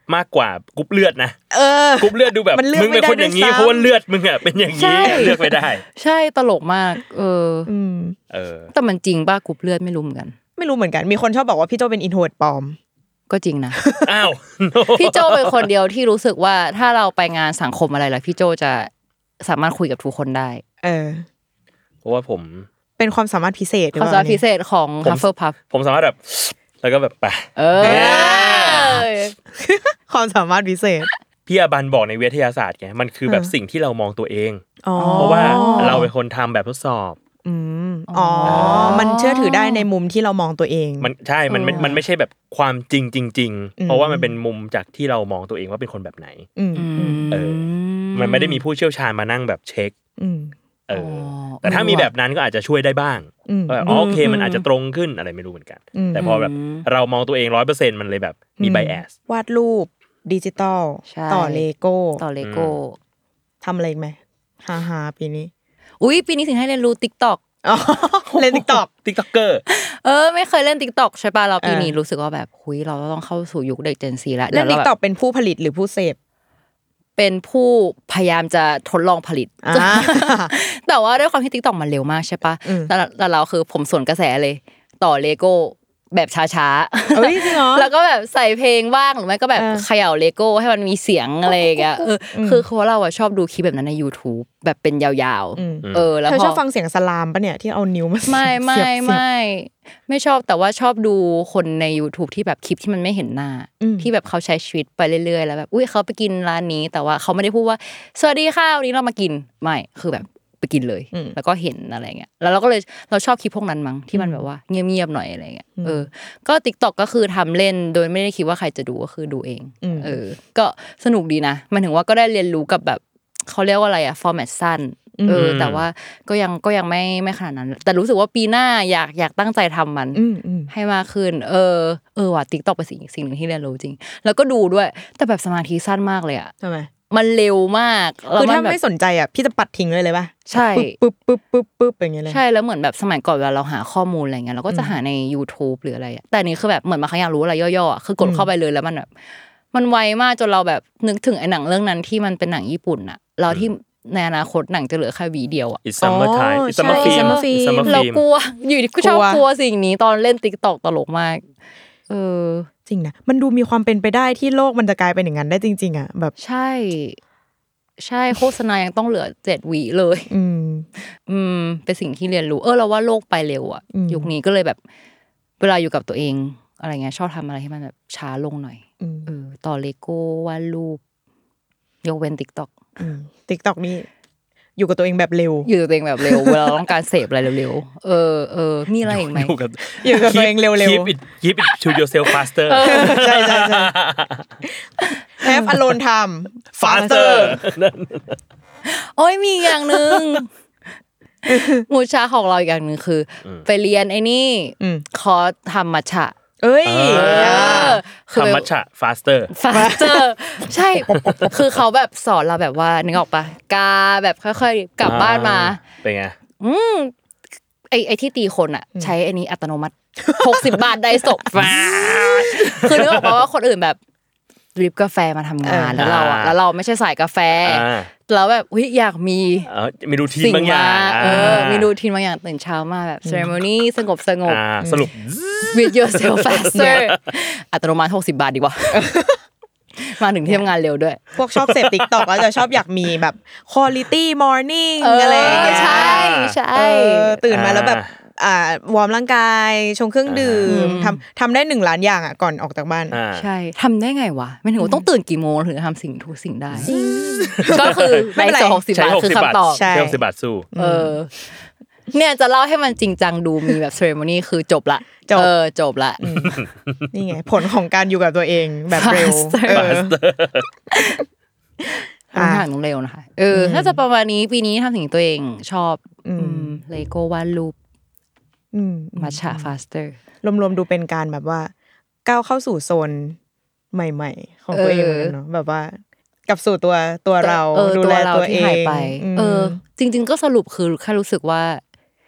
มากกว่ากรุ๊ปเลือดนะเออกรุ๊ปเลือดดูแบบมึงเป็นคนอย่างนี้เพราะว่าเลือดมึงอ่ะเป็นอย่างนี้เลือกไม่ได้ใช่ตลกมากเอออืมเออแต่มันจริงป่ะกรุ๊ปเลือดไม่รู้เหมือนกันไม่รู้เหมือนกันมีคนชอบบอกว่าพี่โจเป็นอินโทรเวิร์ตปลอมก็จริงนะอ้าวพี่โจเป็นคนเดียวที่รู้สึกว่าถ้าเราไปงานสังคมอะไรล่ะพี่โจจะสามารถคุยกับทุกคนได้เออเพราะว่าผมเป็นความสามารถพิเศษความสามารถพิเศษของ Hufflepuff ผมสามารถแบบแล้วก็แบบไปเออความสามารถพิเศษพี่อาบันบอกในวิทยาศาสตร์ไงมันคือแบบสิ่งที่เรามองตัวเองเพราะว่าเราเป็นคนทำแบบทดสอบอืมอ๋อมันเชื่อถือได้ในมุมที่เรามองตัวเองมันใช่มันมันไม่ใช่แบบความจริงจริงๆเพราะว่ามันเป็นมุมจากที่เรามองตัวเองว่าเป็นคนแบบไหนเออมันไม่ได้มีผู้เชี่ยวชาญมานั่งแบบเช็คเออแต่ถ้ามีแบบนั้นก็อาจจะช่วยได้บ้างอ๋อโอเคมันอาจจะตรงขึ้นอะไรไม่รู้เหมือนกันแต่พอแบบเรามองตัวเอง ร้อยเปอร์เซ็นต์ มันเลยแบบมีไบแอสวาดรูปดิจิตอลต่อเลโก้ต่อเลโก้ทำอะไรอีกมั้ยฮ่าๆปีนี้อุ๊ยปีนี้ถึงให้เรียนรู้ TikTok อ๋อเล่น TikTok TikToker เออไม่เคยเล่น TikTok ใช่ป่ะเราปีนี้รู้สึกว่าแบบหุยเราต้องเข้าสู่ยุคเด็ก Gen Z แล้วเล่น TikTok เป็นผู้ผลิตหรือผู้เสพเป็นผู้พยายามจะทดลองผลิตแต่ว่าด้วยความที่ TikTok มันเร็วมากใช่ป่ะแต่เราคือผมสวนกระแสเลยต่อเลโก้แบบช้าๆเอ้ยจริงเหรอแล้วก็แบบใส่เพลงบ้างหรือไม่ก็แบบเขย่าเลโก้ให้มันมีเสียงอะไรอย่างเงี้ยเออคือคือเราอ่ะชอบดูคลิปแบบนั้นใน YouTube แบบเป็นยาวๆเออแล้วพอเธอชอบฟังเสียงสลามป่ะเนี่ยที่เอานิ้วมาไม่ไม่ไม่ไม่ชอบแต่ว่าชอบดูคนใน YouTube ที่แบบคลิปที่มันไม่เห็นหน้าที่แบบเขาใช้ชีวิตไปเรื่อยๆแล้วแบบอุ้ยเขาไปกินร้านนี้แต่ว่าเขาไม่ได้พูดว่าสวัสดีค่ะวันนี้เรามากินไม่คือแบบไปกินเลยแล้วก็เห็นอะไรเงี้ยแล้วเราก็เลยเราชอบคลิปพวกนั้นมั้งที่มันแบบว่าเงียบๆหน่อยอะไรเงี้ยเออก็ TikTok ก็คือทำเล่นโดยไม่ได้คิดว่าใครจะดูก็คือดูเองเออก็สนุกดีนะมันถึงว่าก็ได้เรียนรู้กับแบบเขาเรียกว่าอะไรอะฟอร์แมตสั้นเออแต่ว่าก็ยังก็ยังไม่ไม่ขนาดนั้นแต่รู้สึกว่าปีหน้าอยากอยากตั้งใจทำมันให้มากขึ้นเออเออว่ะ TikTok เป็นสิ่งสิ่งนึงที่เรียนรู้จริงแล้วก็ดูด้วยแต่แบบสมาธิสั้นมากเลยอะทำไมมันเร็วมากคือถ้าไม่สนใจอ่ะพี่จะปัดทิ้งเลยเลยป่ะใช่ปึ๊บปึ๊บปึ๊บปึ๊บอย่างเงี้ยเลยใช่แล้วเหมือนแบบสมัยก่อนเวลาเราหาข้อมูลอะไรเงี้ยเราก็จะหาใน YouTube หรืออะไรแต่อันนี้คือแบบเหมือนมาเขาอยากรู้อะไรย่อๆคือกดเข้าไปเลยแล้วมันแบบมันไวมากจนเราแบบนึกถึงไอ้หนังเรื่องนั้นที่มันเป็นหนังญี่ปุ่นอ่ะเราที่ในอนาคตหนังจะเหลือแค่วีเดียวอ่ะ It's summer time It's summer film เรากลัวอยู่ดีก็ชอบกลัวสิ่งนี้ตอนเล่น TikTok ตลกมากเออจริงนะมันดูมีความเป็นไปได้ที่โลกมันจะกลายเป็นอย่างนั้นได้จริงๆอ่ะแบบใช่ใช่โฆษณายังต้องเหลือเจ็ดวิเลยอืมอืมเป็นสิ่งที่เรียนรู้เออเราว่าโลกไปเร็วอ่ะยุคนี้ก็เลยแบบเวลาอยู่กับตัวเองอะไรเงี้ยชอบทำอะไรให้มันแบบช้าลงหน่อยเออต่อเลโก้วาดรูปยกเว้น TikTok อืม TikTok นี่อยู่กับตัวเองแบบเร็วอยู่กับตัวเองแบบเร็วเวลาต้องการเสพอะไรเร็วๆเออเออมีอะไรอีกมั้ยอยู่กับตัวเองเร็วๆ keep it keep it to yourself faster ใช่ๆๆ have alone time faster โอ้ยมีอย่างนึงมูชาของเราอีกอย่างนึงคือไปเรียนไอ้นี่คอร์สทำมัทฉะเอ้ยคือมัทฉะ faster faster ใช่คือเขาแบบสอนเราแบบว่านึกออกปะกาแบบค่อยๆกลับบ้านมาเป็นไงอืมไอไอที่ตีคนอ่ะใช้อันนี้อัตโนมัติหกสิบบาทได้ศพคือนึกออกปะว่าคนอื่นแบบดริปกาแฟมาทำงานแล้วเราอ่ะแล้วเราไม่ใช่สายกาแฟแล้วแบบอุ๊ยอยากมีมีรูทีนบางอย่างเออมีรูทีนบางอย่างตื่นเช้ามาแบบ ceremony สงบสงบสรุป with yourself faster อัตโนมัติหกสิบบาทดีกว่ามาถึงที่ทำงานเร็วด้วยพวกชอบเสพ TikTok แล้วจะชอบอยากมีแบบ quality morning อะไรอย่างเงี้ยใช่ใช่ตื่นมาแล้วแบบอ่าวอร์มร่างกายชงเครื่องดื่มทำทำได้หนึ่งล้านอย่างอ่ะก่อนออกจากบ้านใช่ทำได้ไงวะไม่ถึงว่าต้องตื่นกี่โมงถึงจะทำสิ่งทุกสิ่งได้ก็คือไม่เป็นไรหกสิบบาทคือคำตอบใช่หกสิบบาทสู้เออเนี่ยจะเล่าให้มันจริงจังดูมีแบบ ceremony คือจบละเออจบละนี่ไงผลของการอยู่กับตัวเองแบบเร็วเออทำทางต้องเร็วนะคะเออถ้าจะประมาณนี้ปีนี้ทำสิ่งตัวเองชอบเลโก้วาดรูปมัทฉะ faster รวมๆดูเป็นการแบบว่าก้าวเข้าสู่โซนใหม่ๆของตัวเองเนาะแบบว่ากับสู่ตัวตัวเราดูแลตัวเองเออจริงๆก็สรุปคือแค่รู้สึกว่า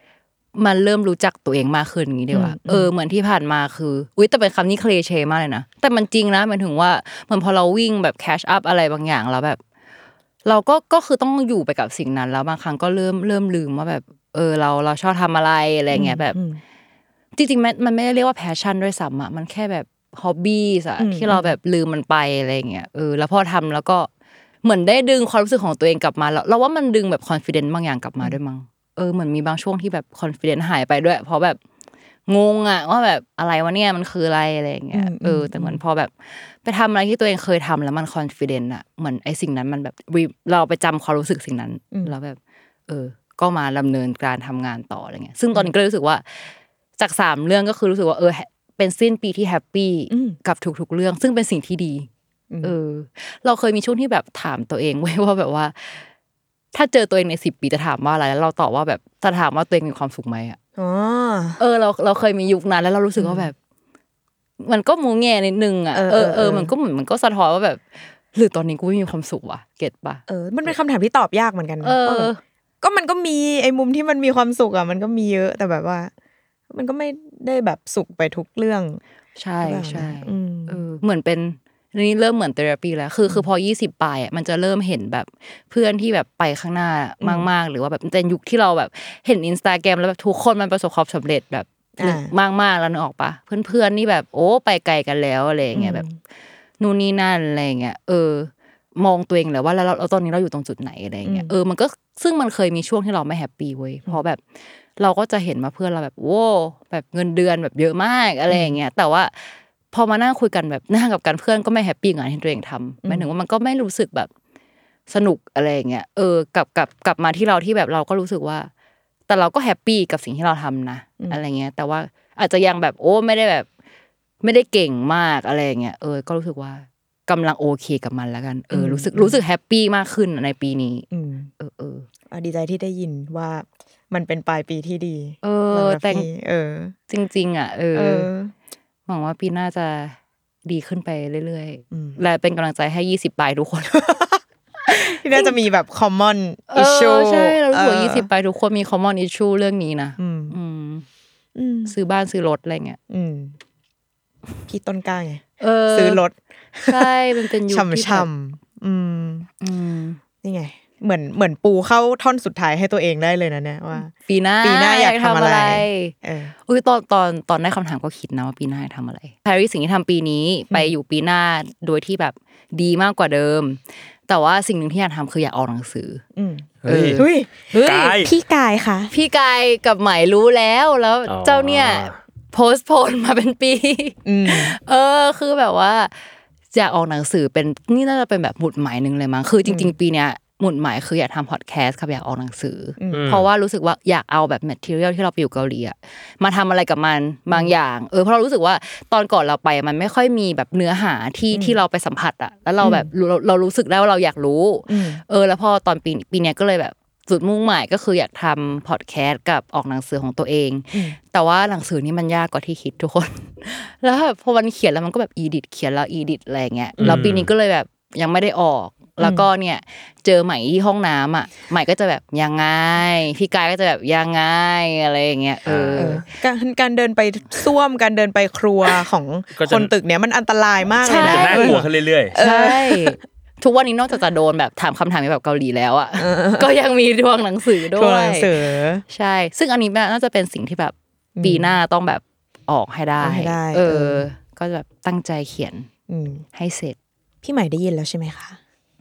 มันเริ่มรู้จักตัวเองมากขึ้นอย่างนี้ดีกว่าเออเหมือนที่ผ่านมาคืออุ๊ยแต่เป็นคำนี้คลีเช่มากเลยนะแต่มันจริงนะหมายถึงว่าเหมือนพอเราวิ่งแบบแคชอัพอะไรบางอย่างแล้วแบบเราก็ก็คือต้องอยู่ไปกับสิ่งนั้นแล้วบางครั้งก็เริ่มเริ่มลืมว่าแบบเออเราเราชอบทำอะไรอะไรเงี้ยแบบจริงๆมันมันไม่ได้เรียกว่าแพชชั่นด้วยซ้ำอ่ะมันแค่แบบฮอบบี้อะที่เราแบบลืมมันไปอะไรเงี้ยเออแล้วพอทำแล้วก็เหมือนได้ดึงความรู้สึกของตัวเองกลับมาแล้วเราว่ามันดึงแบบคอนฟิเดนซ์บางอย่างกลับมาด้วยมั้งเออเหมือนมีบางช่วงที่แบบคอนฟิเดนซ์หายไปด้วยเพราะแบบงงอ่ะว่าแบบอะไรวะเนี่ยมันคืออะไรอะไรเงี้ยเออแต่เหมือนพอแบบไปทำอะไรที่ตัวเองเคยทำแล้วมันคอนฟิเดนซ์อ่ะเหมือนไอ้สิ่งนั้นมันแบบเราไปจำความรู้สึกสิ่งนั้นแล้วแบบเออก็มาดำเนินการทำงานต่ออะไรเงี้ยซึ่งตอนนี้ก็รู้สึกว่าจากสามเรื่องก็คือรู้สึกว่าเออเป็นสิ้นปีที่แฮปปี้กับทุกๆเรื่องซึ่งเป็นสิ่งที่ดีเออเราเคยมีช่วงที่แบบถามตัวเองไว้ว่าแบบว่าถ้าเจอตัวเองในสิบปีจะถามว่าอะไรแล้วเราตอบว่าแบบจะถามว่าตัวเองมีความสุขไหมอ่ะอ๋อเออเราเราเคยมียุคนั้นแล้วเรารู้สึกว่าแบบมันก็มูแง่นิดนึงอ่ะเออเออมันก็เหมือนมันก็สะท้อนว่าแบบหรือตอนนี้กูไม่มีความสุขวะเก็ทป่ะเออมันเป็นคำถามที่ตอบยากเหมือนกันเออก็มันก็มีไอ้มุมที่มันมีความสุขอ่ะมันก็มีเยอะแต่แบบว่ามันก็ไม่ได้แบบสุขไปทุกเรื่องใช่ใช่เออเหมือนเป็นนี่เริ่มเหมือนเทอราปีแล้วคือคือพอยี่สิบปลายอ่ะมันจะเริ่มเห็นแบบเพื่อนที่แบบไปข้างหน้ามากๆหรือว่าแบบเป็นยุคที่เราแบบเห็น Instagram แล้วแบบทุกคนมันประสบความสำเร็จแบบมากๆแล้วนึกออกปะเพื่อนๆนี่แบบโอ้ไปไกลกันแล้วอะไรอย่างเงี้ยแบบนู่นนี่นั่นอะไรอย่างเงี้ยเออมองตัวเองแล้วว่าแล้วเราตอนนี้เราอยู่ตรงจุดไหนอะไรอย่างเงี้ยเออมันก็ซึ่งมันเคยมีช่วงที่เราไม่แฮปปี้เว้ยเพราะแบบเราก็จะเห็นมาเพื่อนเราแบบโว้แบบเงินเดือนแบบเยอะมากอะไรอย่างเงี้ยแต่ว่าพอมานั่งคุยกันแบบนั่งกับกันเพื่อนก็ไม่แฮปปี้กับงานที่ตัวเองทำหมายถึงว่ามันก็ไม่รู้สึกแบบสนุกอะไรอย่างเงี้ยเออกลับกลับกลับมาที่เราที่แบบเราก็รู้สึกว่าแต่เราก็แฮปปี้กับสิ่งที่เราทำนะอะไรเงี้ยแต่ว่าอาจจะยังแบบโอ้ไม่ได้แบบไม่ได้เก่งมากอะไรอย่างเงี้ยเออก็รู้สึกว่ากำลังโอเคกับมันแล้วกันเออรู้สึกรู้สึกแฮปปี้มากขึ้นในปีนี้เออเออดีใจที่ได้ยินว่ามันเป็นปลายปีที่ดีเออแต่เออจริงๆอ่ะเออหวังว่าปีหน้าจะดีขึ้นไปเรื่อยๆและเป็นกำลังใจให้ยี่สิบปลายทุกคนที่น่าจะมีแบบ common issue ใช่เรารู้ว่ายี่สิบปลายทุกคนมี common issue เรื่องนี้นะซื้อบ้านซื้อรถอะไรเงี้ยพี่ต้นกล้าไงซื้อรถใช่มันเป็นยุคที่ช่ำๆอืมนี่ไงเหมือนเหมือนปูเข้าท่อนสุดท้ายให้ตัวเองได้เลยนะเนี่ยว่าปีหน้าปีหน้าอยากทำอะไรเอออุ้ยตอนตอนตอนได้คำถามก็คิดนะว่าปีหน้าทำอะไรแพรรี่สิ่งที่ทำปีนี้ไปอยู่ปีหน้าโดยที่แบบดีมากกว่าเดิมแต่ว่าสิ่งหนึ่งที่อยากทำคืออยากออกหนังสือเฮ้ยกายพี่กายค่ะพี่กายกับไหมรู้แล้วแล้วเจ้าเนี่ยโพสต์โพนมาเป็นปีเออคือแบบว่าอยากออกหนังสือเป็นนี่น่าจะเป็นแบบหมุดหมายนึงเลยมั้งคือจริงๆปีเนี้ยหมุดหมายคืออยากทำพอดแคสต์ครับอยากออกหนังสือเพราะว่ารู้สึกว่าอยากเอาแบบแมททีเรียลที่เราไปอยู่เกาหลีอะมาทำอะไรกับมันบางอย่างเออเพราะเรารู้สึกว่าตอนก่อนเราไปมันไม่ค่อยมีแบบเนื้อหาที่ที่เราไปสัมผัสอะแล้วเราแบบเราเรารู้สึกได้ว่าเราอยากรู้เออแล้วพอตอนปีปีนี้ก็เลยแบบจุดมุ่งหมายก็คืออยากทำพอดแคสต์กับออกหนังสือของตัวเองแต่ว่าหนังสือนี่มันยากกว่าที่คิดทุกคนแล้วพอวันเขียนแล้วมันก็แบบอีดิทเขียนแล้วอีดิทอะไรเงี้ยแล้วปีนี้ก็เลยแบบยังไม่ได้ออกแล้วก็เนี่ยเจอใหม่ที่ห้องน้ำอ่ะใหม่ก็จะแบบยังไงพี่กายก็จะแบบยังไงอะไรอย่างเงี้ยเออการการเดินไปซ่วมการเดินไปครัวของคนตึกเนี้ยมันอันตรายมากเลยนะน่ากลัวขึ้นเรื่อยๆใช่ทุกวันนี้นอกจากจะโดนแบบถามคำถามแบบเกาหลีแล้วอ่ะก็ยังมีทวงหนังสือด้วยทวงหนังสือใช่ซึ่งอันนี้น่าจะเป็นสิ่งที่แบบปีหน้าต้องแบบออกให้ได้เออก็แบบตั้งใจเขียนให้เสร็จพี่ใหม่ได้ยินแล้วใช่ไหมคะ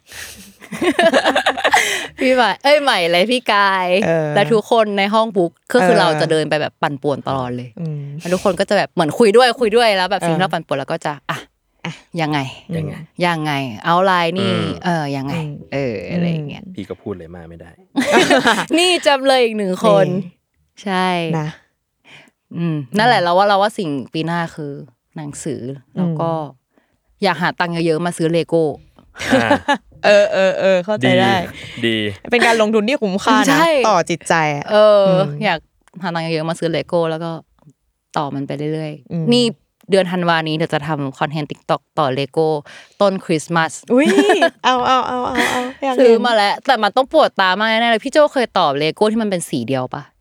พี่ใหม่เอ้ยใหม่เลยพี่กายและทุกคนในห้องบุ๊กก็คือเราจะเดินไปแบบปั่นป่วนตลอดเลยแล้วทุกคนก็จะแบบเหมือนคุยด้วยคุยด้วยแล้วแบบสิ่งที่เราปั่นป่วนแล้วก็จะอ่ะยังไงยังไงยังไงเอาไลน์นี่เออยังไงเอออะไรอย่างเงี้ยพี่ก็พูดเลยมากไม่ได้นี่จำเลยอีกหนึ่งคนใช่นะอืมนั่นแหละเราว่าเราว่าสิ่งปีหน้าคือหนังสือแล้วก็อยากหาตังค์เยอะๆมาซื้อเลโก้เออเออเออเข้าใจได้ดีเป็นการลงทุนที่คุ้มค่านะต่อจิตใจเอออยากหาตังค์เยอะๆมาซื้อเลโก้แล้วก็ต่อมันไปเรื่อยๆนี่เดือนธันวานี้เดี๋ยวจะทำคอนเทนต์ TikTok ต่อเลโก้ต้นคริสต์มาสอุ้ยเอาเอาเอาเอาเอาซื้อมาแล้วแต่มันต้องปวดตามากแน่เลยพี่โจเคยตอบเลโก้ที่มันเป็นสีเดียวปะ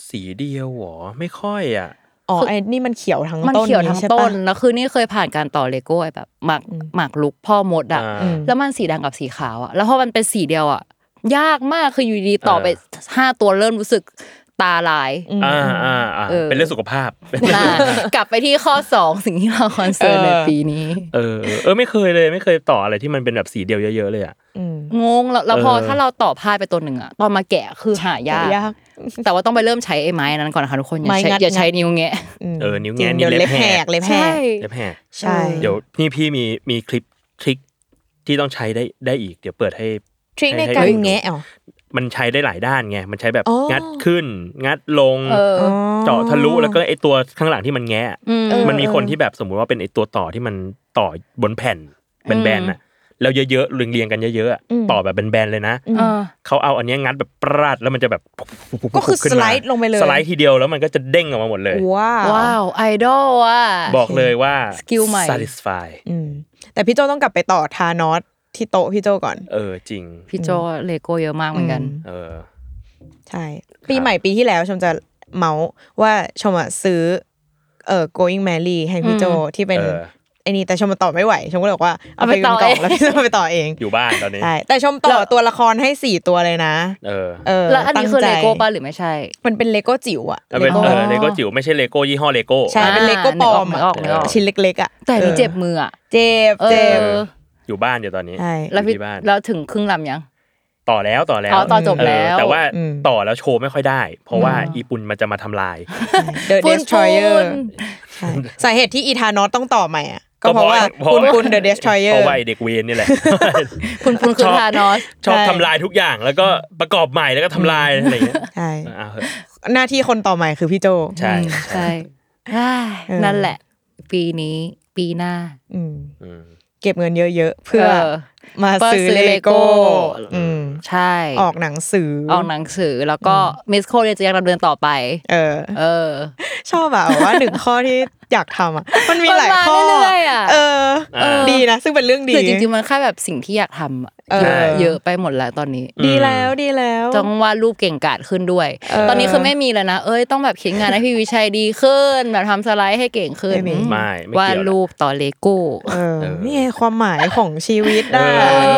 สีเดียวหรอไม่ค่อยอ่ะอ๋อไอ้นี่มันเขียวทั้งต้นมันเขียวทั้งต้นแล้วคือนี่เคยผ่านการต่อเลโก้แบบหมักหมักลุกพ่อมดอ่ะแล้วมันสีแดงกับสีขาวอ่ะแล้วพอมันเป็นสีเดียวอ่ะยากมากคืออยู่ดีต่อไปห้าตัวเริ่มรู้สึกตาลายอ่าอ่าอ่าเป็นเรื่องสุขภาพกลับไปที่ข้อสองสิ่งที่เราคอนเซิร์นในปีนี้เออเออไม่เคยเลยไม่เคยต่ออะไรที่มันเป็นแบบสีเดียวเยอะๆเลยอ่ะงงแล้วพอถ้าเราต่อพลาดไปตัวหนึ่งอ่ะตอนมาแกะคือหายากแต่ว่าต้องไปเริ่มใช้ไอ้ไม้นั้นก่อนนะคะทุกคนอย่าใช้อย่าใช้นิ้วแงะเออนิ้วแงะนี่เล็บแหกเล็บแหกเล็บแหกใช่เดี๋ยวนี่พี่มีมีคลิปทริคที่ต้องใช้ได้ได้อีกเดี๋ยวเปิดให้ทริคในการแงะอ๋อมันใช้ได้หลายด้านไงมันใช้แบบงัดขึ้นงัดลงเจาะทะลุแล้วก็ไอ้ตัวข้างหลังที่มันแงะมันมีคนที่แบบสมมุติว่าเป็นไอ้ตัวต่อที่มันต่อบนแผ่นแบนๆน่ะแล้วเยอะๆเรียงๆกันเยอะๆต่อแบบแบนๆเลยนะเขาเอาอันนี้งัดแบบปราดแล้วมันจะแบบก็คือสไลด์ลงไปเลยสไลด์ทีเดียวแล้วมันก็จะเด้งออกมาหมดเลยว้าวว้าวไอดอลอ่ะบอกเลยว่าสกิลใหม่ satisfy แต่พี่โจต้องกลับไปต่อทานอสที่โต๊ะพี่โจก่อนเออจริงพี่โจเลโก้เยอะมากเหมือนกันเออใช่ปีใหม่ปีที่แล้วชมจะเมาส์ว่าชมอ่ะซื้อเอ่อ going merry ให้พี่โจที่เป็นไอ้นี่แต่ชมมาต่อไม่ไหวชมก็เลยบอกว่าเอาไปต่อแล้วพี่โจไปต่อเองอยู่บ้านตอนนี้ใช่แต่ชมต่อตัวละครให้สี่ตัวเลยนะเออเออแล้วอันนี้คือเลโก้ป่ะหรือไม่ใช่มันเป็นเลโก้จิ๋วอ่ะเลโก้เลโก้จิ๋วไม่ใช่เลโก้ยี่ห้อเลโก้ใช่เป็นเลโก้ปลอมชิ้นเล็กๆอ่ะแต่นี่เจ็บมืออ่ะเจ็บเจ็บอยู่บ้านอยู่ตอนนี้แล้วพี่แล้วถึงครึ่งลำยังต่อแล้วต่อแล้วอ๋อต่อจบแล้วแต่ว่าต่อแล้วโชว์ไม่ค่อยได้เพราะว่าอีปุ่นมันจะมาทำลาย The Destroyer สาเหตุที่อีธานอสต้องต่อใหม่อ่ะก็เพราะว่าปุนปุน The Destroyer เพราะว่าเด็กเวนนี่แหละปุนปุนคือธานอสชอบทำลายทุกอย่างแล้วก็ประกอบใหม่แล้วก็ทำลายอะไรอย่างเงี้ยใช่หน้าที่คนต่อใหม่คือพี่โจใช่ใช่นั่นแหละปีนี้ปีหน้าเก็บเงินเยอะๆเพื่อมาซื้อเลโก้อืมใช่ออกหนังสือออกหนังสือแล้วก็มิสโคเรียจะยังดำเนินต่อไปเออเออชอบแบบว่าหนึ่งข้อที่อยากทำอ่ะมันมีหลายข้อเออดีนะซึ่งเป็นเรื่องดีคือจริงๆมันแค่แบบสิ่งที่อยากทำเยอะไปหมดแล้วตอนนี้ดีแล้วดีแล้วต้องวาดรูปเก่งกาจขึ้นด้วยตอนนี้คือไม่มีแล้วนะเอ้ยต้องแบบเขียนงานให้พี่วิชัยดีขึ้นแบบทำสไลด์ให้เก่งขึ้นไม่วาดรูปต่อเลโก้นี่ไงความหมายของชีวิตได้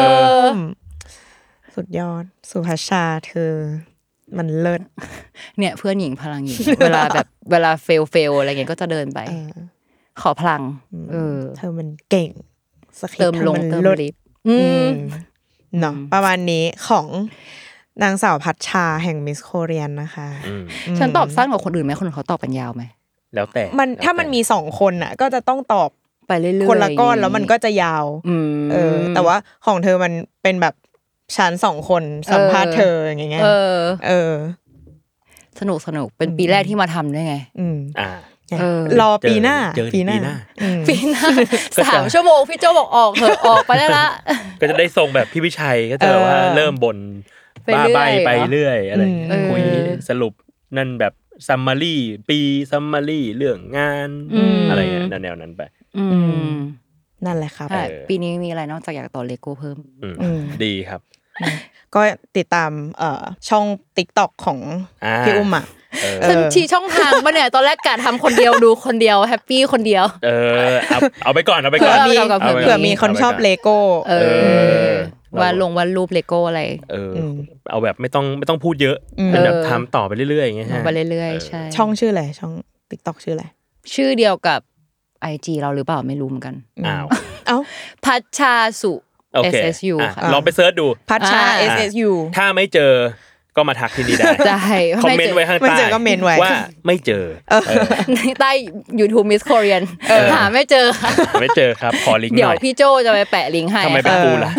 สุดยอดสุภัชชาเธอมันเลิศเนี่ยเพื่อนหญิงพลังหญิงเวลาแบบเวลาเฟลเฟลอะไรเงี้ยก็จะเดินไปขอพลังเออเธอมันเก่งเติมลงเติมลิฟอืมเนาะประมาณนี้ของนางสาวพัชชาแห่งมิสโคเรียนนะคะฉันตอบสั้นกว่าคนอื่นไหมคนอื่นเขาตอบกันยาวไหมแล้วแต่มันถ้ามันมีสองคนน่ะก็จะต้องตอบไปเรื่อยๆคนละก้อนแล้วมันก็จะยาวเออแต่ว่าของเธอมันเป็นแบบฉันสองคนสัมภาษณ์เธออย่างเงี้ยเออเออสนุกสนุกเป็นปีแรกที่มาทำด้วยไงอืมอ่ารอปีหน้าปีหน้าปีหน้าสามชั่วโมงพี่โจบอกออกเถอะออกไปได้ละก็จะได้ทรงแบบพี่วิชัยก็จะว่าเริ่มบ่นบ้าใบไปเรื่อยอะไรคุยสรุปนั่นแบบซัมมารีปีซัมมารีเรื่องงานอะไรเงี้ยแนวนั้นไปนั่นแหละครับปีนี้มีอะไรนอกจากอยากต่อเลโก้เพิ่มดีครับก็ติดตามช่อง TikTok ของพี่อุ้มอ่ะฉันชี้ช่องทางป่ะเนี่ยตอนแรกกะทำคนเดียวดูคนเดียวแฮปปี้คนเดียวเออเอาเอาไปก่อนเอาไปก่อนเผื่อมีคนชอบเลโก้เออวาดลงวาดรูปเลโก้อะไรเออเอาแบบไม่ต้องไม่ต้องพูดเยอะเป็นแบบทำต่อไปเรื่อยๆอย่างเงี้ยฮะไปเรื่อยๆใช่ช่องชื่ออะไรช่อง TikTok ชื่ออะไรชื่อเดียวกับ ไอ จี เราหรือเปล่าไม่รู้เหมือนกันอ้าวเอ้าพัชชาสุเอส เอส ยู ค่ะลองไปเสิร์ชดูพัชชา เอส เอส ยูถ้าไม่เจอก็มาทักที่นี่ได้ได้คอมเมนต์ไว้ข้างใต้ก็เมนไว้ว่าไม่เจอในใต้ YouTube Miss Korean หาไม่เจอค่ะไม่เจอครับขอลิงก์หน่อยเดี๋ยวพี่โจจะไปแปะลิงก์ให้ทำไมเป็นกูล่ะ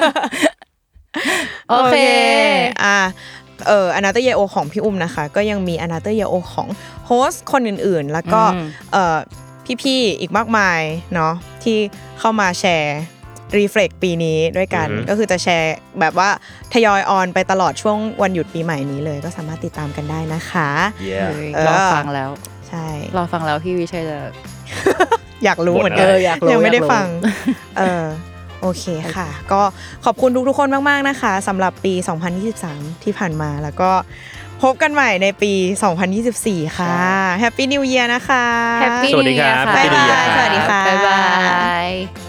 โอเคอ่ะเอออนาเตอร์เยโอของพี่อุ้มนะคะก็ยังมีอนาเตอร์เยโอของโฮสต์คนอื่นๆแล้วก็เอ่อพี่ๆอีกมากมายเนาะที่เข้ามาแชร์รีเฟล็กปีนี้ด้วยกันก็คือจะแชร์แบบว่าทยอยออนไปตลอดช่วงวันหยุดปีใหม่นี้เลยก็สามารถติดตามกันได้นะคะรอฟังแล้วใช่รอฟังแล้วพี่วิชัยจะอยากรู้เหมือนกันยังไม่ได้ฟังเออโอเคค่ะก็ขอบคุณทุกๆคนมากๆนะคะสำหรับปีสองพันยี่สิบสามที่ผ่านมาแล้วก็พบกันใหม่ในปีสองพันยี่สิบสี่ค่ะแฮปปี้นิวเยียร์นะคะ Happy สวัสดีครับ New Year ค่ะบ๊ายบายสวัสดีค่ะบ๊ายบาย